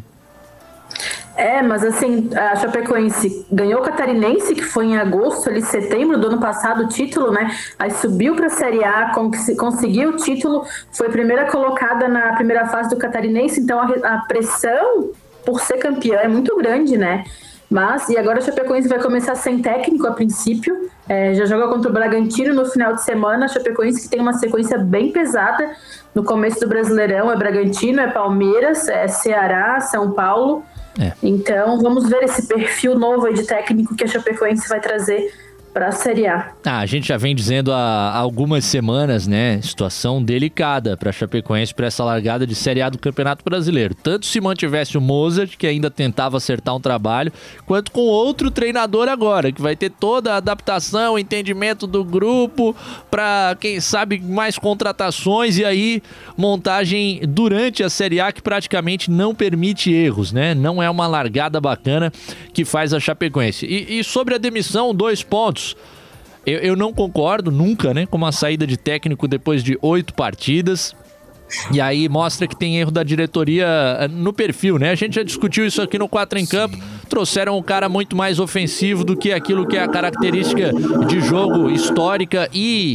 Mas assim, a Chapecoense ganhou o Catarinense, que foi em agosto, ali, setembro do ano passado, o título, né? Aí subiu para a Série A, conseguiu o título, foi primeira colocada na primeira fase do Catarinense, então a pressão por ser campeã é muito grande, né? E agora a Chapecoense vai começar sem técnico a princípio, já joga contra o Bragantino no final de semana. A Chapecoense que tem uma sequência bem pesada no começo do Brasileirão, é Bragantino, é Palmeiras, é Ceará, São Paulo. Então vamos ver esse perfil novo aí de técnico que a Chapecoense vai trazer para a Série A. A gente já vem dizendo há algumas semanas, né? Situação delicada para a Chapecoense para essa largada de Série A do Campeonato Brasileiro. Tanto se mantivesse o Mozart, que ainda tentava acertar um trabalho, quanto com outro treinador agora, que vai ter toda a adaptação, entendimento do grupo, para, quem sabe, mais contratações e aí montagem durante a Série A que praticamente não permite erros, né? Não é uma largada bacana que faz a Chapecoense. E sobre a demissão, 2 pontos. Eu não concordo nunca, né, com uma saída de técnico depois de 8 partidas. E aí mostra que tem erro da diretoria no perfil, né? A gente já discutiu isso aqui no 4 em Campo. Trouxeram um cara muito mais ofensivo do que aquilo que é a característica de jogo histórica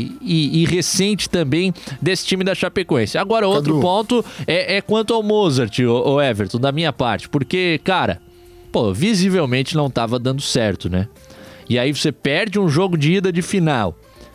e recente também desse time da Chapecoense. Agora, outro ponto é quanto ao Mozart, o Everton, da minha parte. Porque, cara, visivelmente não estava dando certo, né? E aí você perde um jogo de ida de final.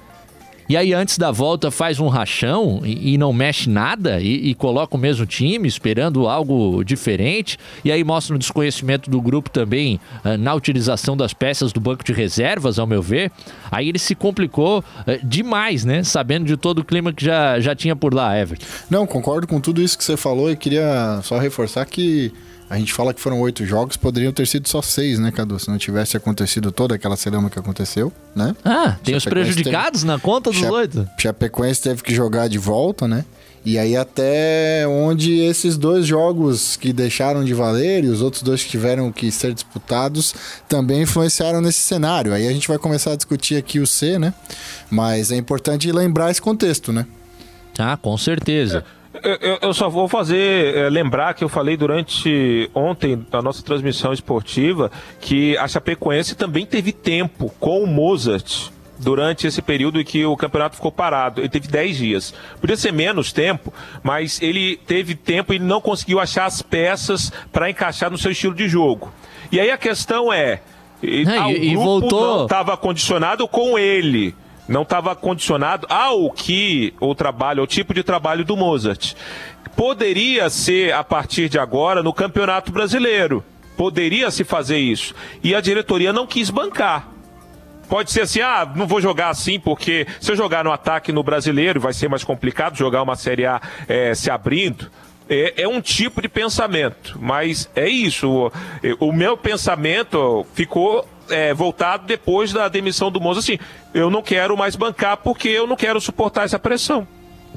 E aí antes da volta faz um rachão e não mexe nada e coloca o mesmo time esperando algo diferente. E aí mostra um desconhecimento do grupo também na utilização das peças do banco de reservas, ao meu ver. Aí ele se complicou demais, né? Sabendo de todo o clima que já tinha por lá, Everton. Não, concordo com tudo isso que você falou e queria só reforçar que a gente fala que foram 8 jogos, poderiam ter sido só 6, né, Cadu? Se não tivesse acontecido toda aquela celeuma que aconteceu, né? Tem os prejudicados na conta dos 8. Chapecoense teve que jogar de volta, né? E aí até onde esses 2 jogos que deixaram de valer e os outros 2 que tiveram que ser disputados também influenciaram nesse cenário. Aí a gente vai começar a discutir aqui o C, né? Mas é importante lembrar esse contexto, né? Com certeza. Eu só vou lembrar que eu falei durante ontem na nossa transmissão esportiva que a Chapecoense também teve tempo com o Mozart durante esse período em que o campeonato ficou parado. Ele teve 10 dias. Podia ser menos tempo, mas ele teve tempo e ele não conseguiu achar as peças para encaixar no seu estilo de jogo. E aí a questão é, o grupo voltou... não estava condicionado com ele. Não estava condicionado ao tipo de trabalho do Mozart. Poderia ser, a partir de agora, no Campeonato Brasileiro. Poderia se fazer isso. E a diretoria não quis bancar. Pode ser assim, não vou jogar assim, porque se eu jogar no ataque no Brasileiro, vai ser mais complicado jogar uma Série A se abrindo. É um tipo de pensamento, mas é isso. O meu pensamento ficou voltado depois da demissão do Mozart. Assim, eu não quero mais bancar porque eu não quero suportar essa pressão.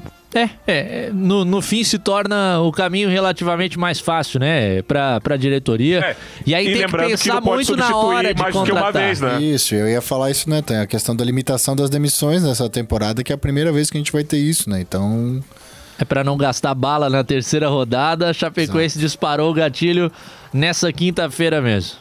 No fim se torna o caminho relativamente mais fácil, né, pra diretoria. E aí tem que pensar muito na hora de contratar. Uma vez, né? Isso, eu ia falar isso, né? Tem a questão da limitação das demissões nessa temporada, que é a primeira vez que a gente vai ter isso, né? Então... É pra não gastar bala na terceira rodada, a Chapecoense disparou o gatilho nessa quinta-feira mesmo.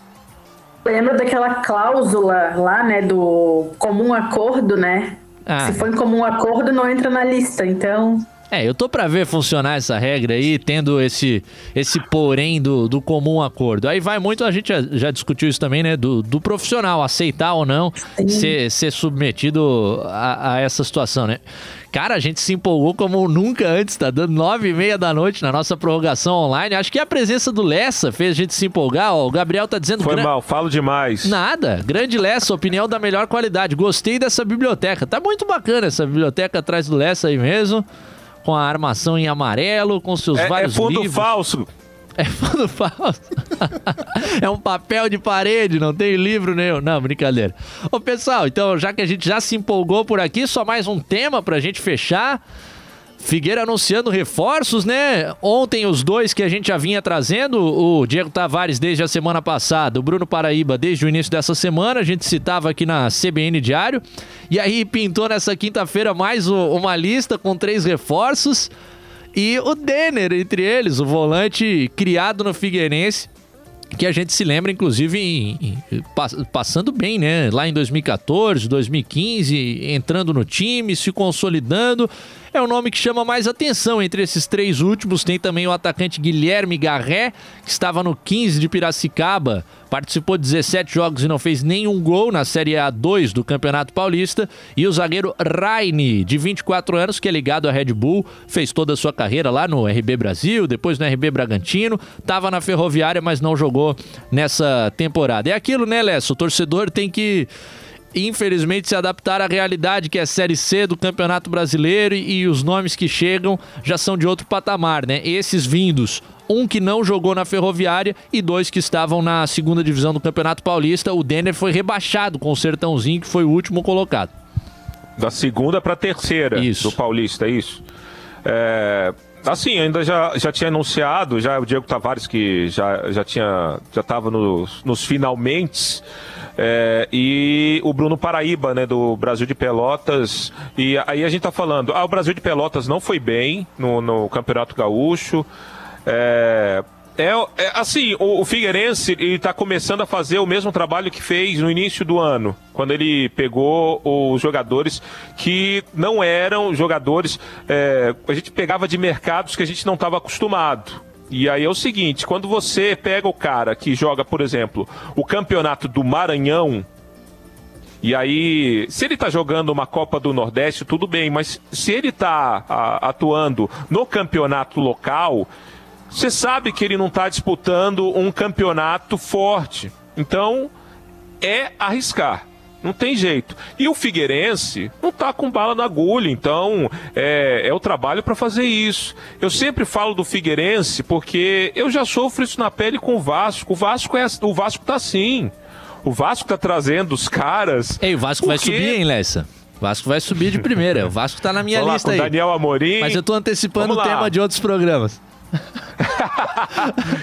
Lembra daquela cláusula lá, né, do comum acordo, né? Se for em comum acordo, não entra na lista, então... Eu tô pra ver funcionar essa regra aí, tendo esse porém do comum acordo. Aí vai muito, a gente já discutiu isso também, né, do profissional, aceitar ou não ser submetido a essa situação, né? Cara, a gente se empolgou como nunca antes, tá dando 9h30 da noite na nossa prorrogação online. Acho que a presença do Lessa fez a gente se empolgar. O Gabriel tá dizendo... Foi mal, falo demais. Nada, grande Lessa, opinião da melhor qualidade. Gostei dessa biblioteca, tá muito bacana essa biblioteca atrás do Lessa aí mesmo. Com a armação em amarelo, com seus vários livros. É fundo falso. É fundo falso. É um papel de parede, não tem livro nenhum. Não, brincadeira. Ô, pessoal, então, já que a gente já se empolgou por aqui, só mais um tema pra gente fechar. Figueira anunciando reforços, né? Ontem os dois que a gente já vinha trazendo, o Diego Tavares desde a semana passada, o Bruno Paraíba desde o início dessa semana, a gente citava aqui na CBN Diário, e aí pintou nessa quinta-feira mais uma lista com 3 reforços, e o Denner entre eles, o volante criado no Figueirense, que a gente se lembra, inclusive, passando bem, né? Lá em 2014, 2015, entrando no time, se consolidando. É o nome que chama mais atenção entre esses 3 últimos. Tem também o atacante Guilherme Garré, que estava no 15 de Piracicaba, participou de 17 jogos e não fez nenhum gol na Série A2 do Campeonato Paulista. E o zagueiro Raine, de 24 anos, que é ligado à Red Bull, fez toda a sua carreira lá no RB Brasil, depois no RB Bragantino, estava na Ferroviária, mas não jogou nessa temporada. É aquilo, né, Lécio? O torcedor tem que... infelizmente, se adaptar à realidade que é a Série C do Campeonato Brasileiro e os nomes que chegam já são de outro patamar, né? Esses vindos, um que não jogou na Ferroviária e 2 que estavam na segunda divisão do Campeonato Paulista. O Denner foi rebaixado com o Sertãozinho, que foi o último colocado. Da segunda para a terceira do Paulista, é isso? Assim, ainda já tinha anunciado, já o Diego Tavares, que já estava nos finalmente... e o Bruno Paraíba, né, do Brasil de Pelotas. E aí a gente tá falando, o Brasil de Pelotas não foi bem no Campeonato Gaúcho. Assim, o Figueirense tá começando a fazer o mesmo trabalho que fez no início do ano, quando ele pegou os jogadores que não eram jogadores, a gente pegava de mercados que a gente não estava acostumado. E aí é o seguinte, quando você pega o cara que joga, por exemplo, o campeonato do Maranhão, e aí, se ele tá jogando uma Copa do Nordeste, tudo bem, mas se ele tá atuando no campeonato local, você sabe que ele não tá disputando um campeonato forte. Então, é arriscar. Não tem jeito. E o Figueirense não tá com bala na agulha, então é o trabalho para fazer isso. Eu sempre falo do Figueirense porque eu já sofro isso na pele com o Vasco. O Vasco tá assim. O Vasco tá trazendo os caras. O Vasco vai subir, hein, Lessa? O Vasco vai subir de primeira. O Vasco tá na minha lista aí. Daniel Amorim. Mas eu tô antecipando o tema de outros programas.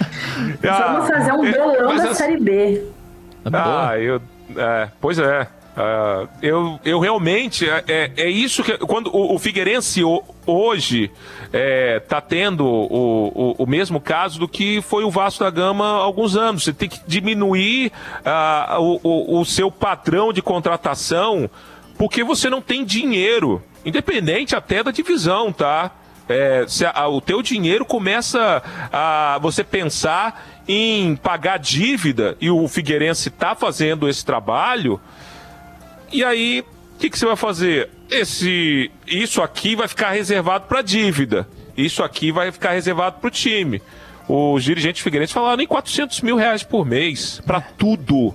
Vamos fazer um bolão da Série B. Pois é. Eu realmente, é isso que, quando o Figueirense hoje está tendo o mesmo caso do que foi o Vasco da Gama há alguns anos. Você tem que diminuir o seu padrão de contratação, porque você não tem dinheiro, independente até da divisão, tá? O teu dinheiro começa a você pensar em pagar dívida, e o Figueirense está fazendo esse trabalho. E aí, o que você vai fazer? Isso aqui vai ficar reservado para dívida. Isso aqui vai ficar reservado para o time. Os dirigentes figueirenses falaram em R$400 mil por mês, para tudo.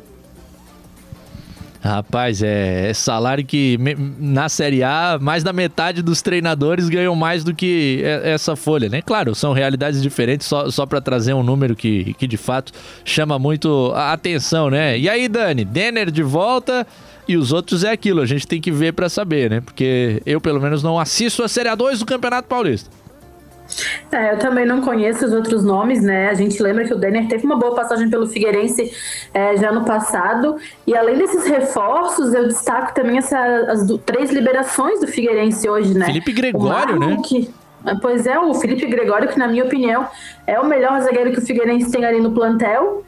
Rapaz, é salário que na Série A, mais da metade dos treinadores ganham mais do que essa folha, né? Claro, são realidades diferentes, só para trazer um número que de fato chama muito a atenção, né? E aí, Dani, Denner de volta... E os outros é aquilo, a gente tem que ver pra saber, né? Porque eu, pelo menos, não assisto a Série A2 do Campeonato Paulista. Eu também não conheço os outros nomes, né? A gente lembra que o Denner teve uma boa passagem pelo Figueirense já no passado. E além desses reforços, eu destaco também as 3 liberações do Figueirense hoje, né? Felipe Gregório, né? Pois é, o Felipe Gregório, que na minha opinião é o melhor zagueiro que o Figueirense tem ali no plantel.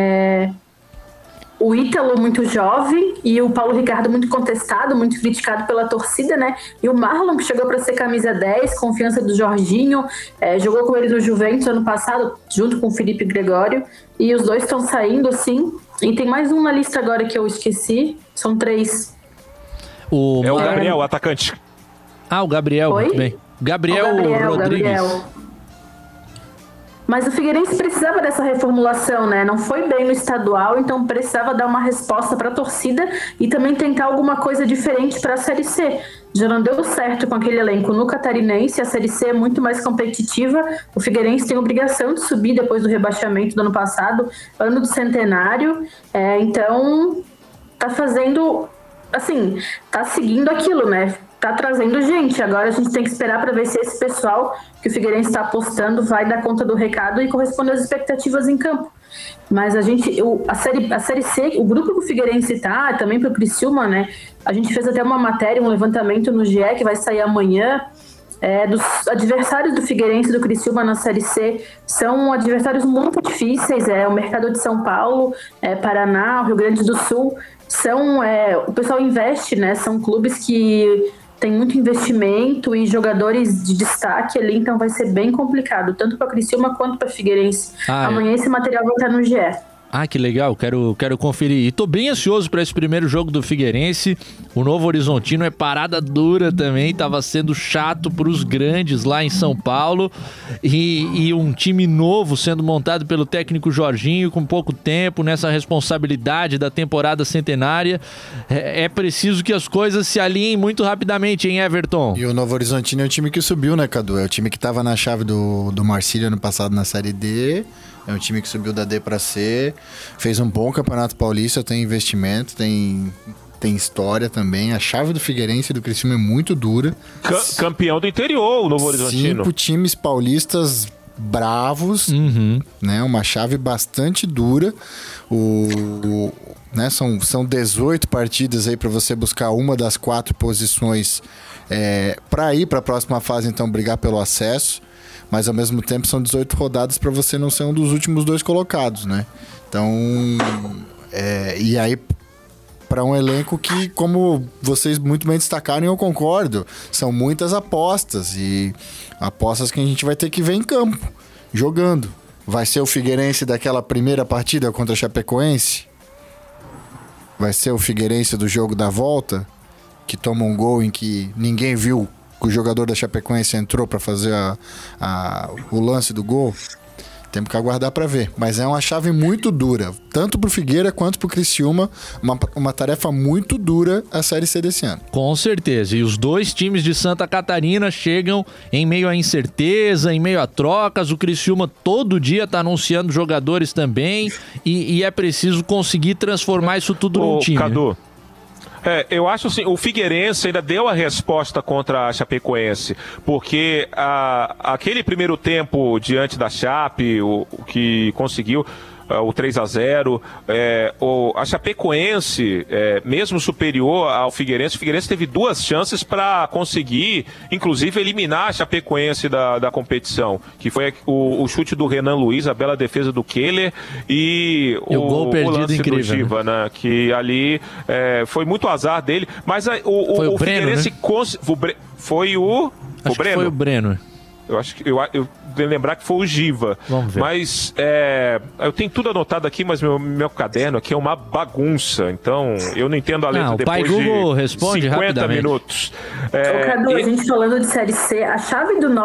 O Ítalo muito jovem e o Paulo Ricardo muito contestado, muito criticado pela torcida, né? E o Marlon, que chegou para ser camisa 10, confiança do Jorginho, jogou com ele no Juventus ano passado, junto com o Felipe Gregório, e os dois estão saindo, sim. E tem mais um na lista agora que eu esqueci, são 3. O Gabriel, o atacante. O Gabriel, Oi? Muito bem. Gabriel Rodrigues. Mas o Figueirense precisava dessa reformulação, né? Não foi bem no estadual, então precisava dar uma resposta para a torcida e também tentar alguma coisa diferente para a Série C. Já não deu certo com aquele elenco no Catarinense, a Série C é muito mais competitiva. O Figueirense tem obrigação de subir depois do rebaixamento do ano passado, ano do centenário. Então, tá fazendo, assim, tá seguindo aquilo, né? Tá trazendo gente. Agora a gente tem que esperar para ver se esse pessoal que o Figueirense está apostando vai dar conta do recado e corresponder às expectativas em campo. Mas a Série C, o grupo que o Figueirense tá, também para o Criciúma, né? A gente fez até uma matéria, um levantamento no GE que vai sair amanhã. Dos adversários do Figueirense e do Criciúma na Série C são adversários muito difíceis. O Mercado de São Paulo, Paraná, Rio Grande do Sul. O pessoal investe, né? São clubes que tem muito investimento e jogadores de destaque ali, então vai ser bem complicado, tanto para Criciúma quanto para Figueirense. Amanhã esse material vai estar no GE. Que legal, quero conferir. E tô bem ansioso para esse primeiro jogo do Figueirense. O Novo Horizontino é parada dura também, tava sendo chato pros grandes lá em São Paulo. E um time novo sendo montado pelo técnico Jorginho com pouco tempo, nessa responsabilidade da temporada centenária. É preciso que as coisas se alinhem muito rapidamente, hein, Everton? E o Novo Horizontino é o time que subiu, né, Cadu? É o time que tava na chave do Marcílio ano passado na Série D. É um time que subiu da D para C, fez um bom Campeonato Paulista, tem investimento, tem história também. A chave do Figueirense e do Criciúma é muito dura. Campeão do interior, o Novo Horizontino. 5 times paulistas bravos, né? Uma chave bastante dura. Né? São 18 partidas aí para você buscar uma das 4 posições para ir para a próxima fase, então brigar pelo acesso. Mas ao mesmo tempo são 18 rodadas para você não ser um dos últimos 2 colocados, né? Então, e aí para um elenco que, como vocês muito bem destacaram, eu concordo, são muitas apostas e apostas que a gente vai ter que ver em campo, jogando. Vai ser o Figueirense daquela primeira partida contra a Chapecoense? Vai ser o Figueirense do jogo da volta, que toma um gol em que ninguém viu que o jogador da Chapecoense entrou para fazer o lance do gol? Temos que aguardar para ver. Mas é uma chave muito dura, tanto pro Figueira quanto pro Criciúma. Uma tarefa muito dura a Série C desse ano. Com certeza. E os 2 times de Santa Catarina chegam em meio à incerteza, em meio a trocas. O Criciúma todo dia tá anunciando jogadores também. E é preciso conseguir transformar isso tudo num time. Cadu, eu acho assim, o Figueirense ainda deu a resposta contra a Chapecoense, porque aquele primeiro tempo diante da Chape, o que conseguiu, o 3-0. A Chapecoense, mesmo superior ao Figueirense, o Figueirense teve 2 chances para conseguir, inclusive, eliminar a Chapecoense da competição, que foi o chute do Renan Luiz, a bela defesa do Keller e o gol perdido lance incrível, do Giva, né? Que ali foi muito azar dele, mas o Figueirense, né? Foi o Breno? Foi o Breno. Eu acho que eu devo lembrar que foi o Giva. Vamos ver. Mas eu tenho tudo anotado aqui, mas meu caderno aqui é uma bagunça. Então, eu não entendo a letra depois de Google responde 50 rapidamente. minutos. Cadu, a gente falando de Série C, a chave do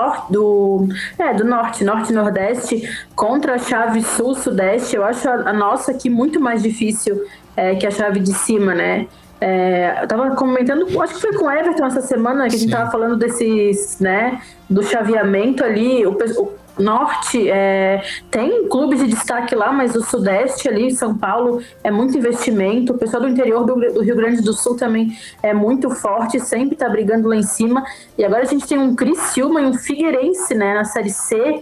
Norte, Nordeste, contra a chave Sul-Sudeste, eu acho a nossa aqui muito mais difícil que a chave de cima, né? Eu tava comentando, acho que foi com o Everton essa semana, que a gente tava falando desses, né, do chaveamento ali. O Norte tem clubes de destaque lá, mas o Sudeste ali, São Paulo, é muito investimento. O pessoal do interior do Rio Grande do Sul também é muito forte, sempre tá brigando lá em cima. E agora a gente tem um Criciúma e um Figueirense, né, na Série C.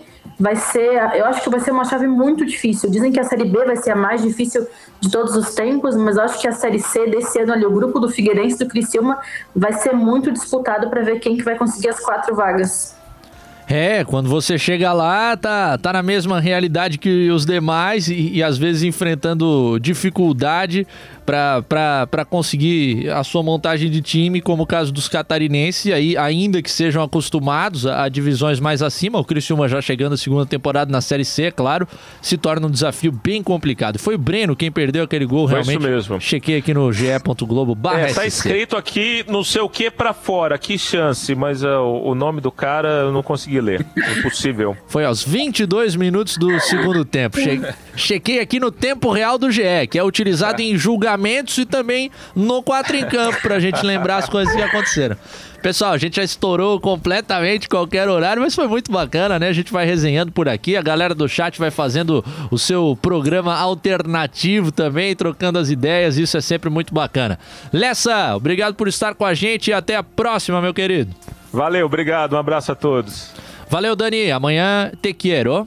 Eu acho que vai ser uma chave muito difícil. Dizem que a Série B vai ser a mais difícil de todos os tempos, mas eu acho que a Série C desse ano ali, o grupo do Figueirense e do Criciúma, vai ser muito disputado para ver quem que vai conseguir as 4 vagas. Quando você chega lá, tá na mesma realidade que os demais e às vezes enfrentando dificuldade para conseguir a sua montagem de time, como o caso dos catarinenses, e aí, ainda que sejam acostumados a divisões mais acima, o Criciúma já chegando à segunda temporada na Série C, é claro, se torna um desafio bem complicado. Foi o Breno quem perdeu aquele gol, foi realmente. Isso mesmo. Chequei aqui no ge.globo/SC. Tá escrito aqui não sei o que pra fora, que chance, mas o nome do cara eu não consegui ler. Impossível. Foi aos 22 minutos do segundo tempo. Chequei aqui no tempo real do GE, que é utilizado em julgamentos e também no 4 em Campo, pra gente lembrar as coisas que aconteceram. Pessoal, a gente já estourou completamente qualquer horário, mas foi muito bacana, né? A gente vai resenhando por aqui, a galera do chat vai fazendo o seu programa alternativo também, trocando as ideias, isso é sempre muito bacana. Lessa, obrigado por estar com a gente e até a próxima, meu querido. Valeu, obrigado, um abraço a todos. Valeu, Dani, amanhã te quero.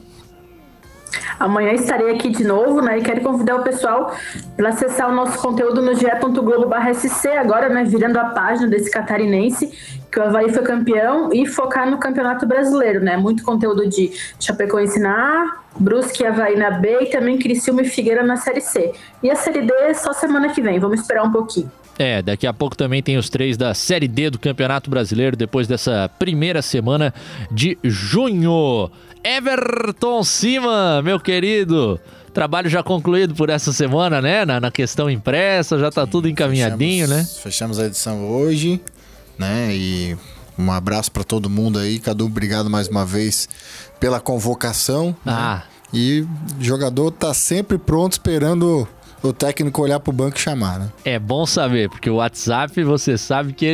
Amanhã estarei aqui de novo, né? E quero convidar o pessoal para acessar o nosso conteúdo no ge.globo/SC, agora, né? Virando a página desse catarinense, que o Avaí foi campeão, e focar no Campeonato Brasileiro, né? Muito conteúdo de Chapecoense na A, Brusque e Avaí na B, e também Criciúma e Figueira na Série C. E a Série D é só semana que vem, vamos esperar um pouquinho. Daqui a pouco também tem os 3 da Série D do Campeonato Brasileiro, depois dessa primeira semana de junho. Everton Cima, meu querido, trabalho já concluído por essa semana, né? Na questão impressa, já tá tudo encaminhadinho, né? Fechamos a edição hoje, né? E um abraço para todo mundo aí. Cadu, obrigado mais uma vez pela convocação. Né? E o jogador tá sempre pronto, esperando o técnico olhar pro banco e chamar, né? É bom saber, porque o WhatsApp, você sabe que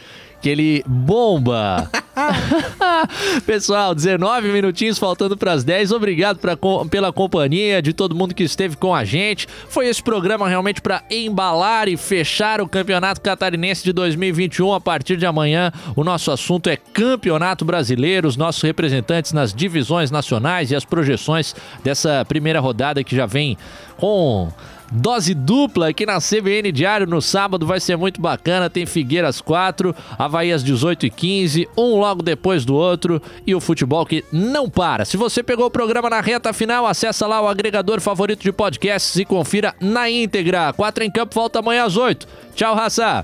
ele bomba. Pessoal, 19 minutinhos faltando para as 10. Obrigado pela companhia de todo mundo que esteve com a gente. Foi esse programa realmente para embalar e fechar o Campeonato Catarinense de 2021. A partir de amanhã, o nosso assunto é Campeonato Brasileiro, os nossos representantes nas divisões nacionais e as projeções dessa primeira rodada que já vem com dose dupla aqui na CBN Diário no sábado, vai ser muito bacana. Tem Figueiras 4, Avaí às 18h15, um logo depois do outro, e o futebol que não para. Se você pegou o programa na reta final, acessa lá o agregador favorito de podcasts e confira na íntegra. 4 em Campo volta amanhã às 8. Tchau, raça!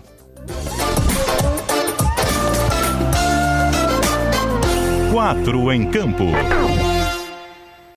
4 em Campo.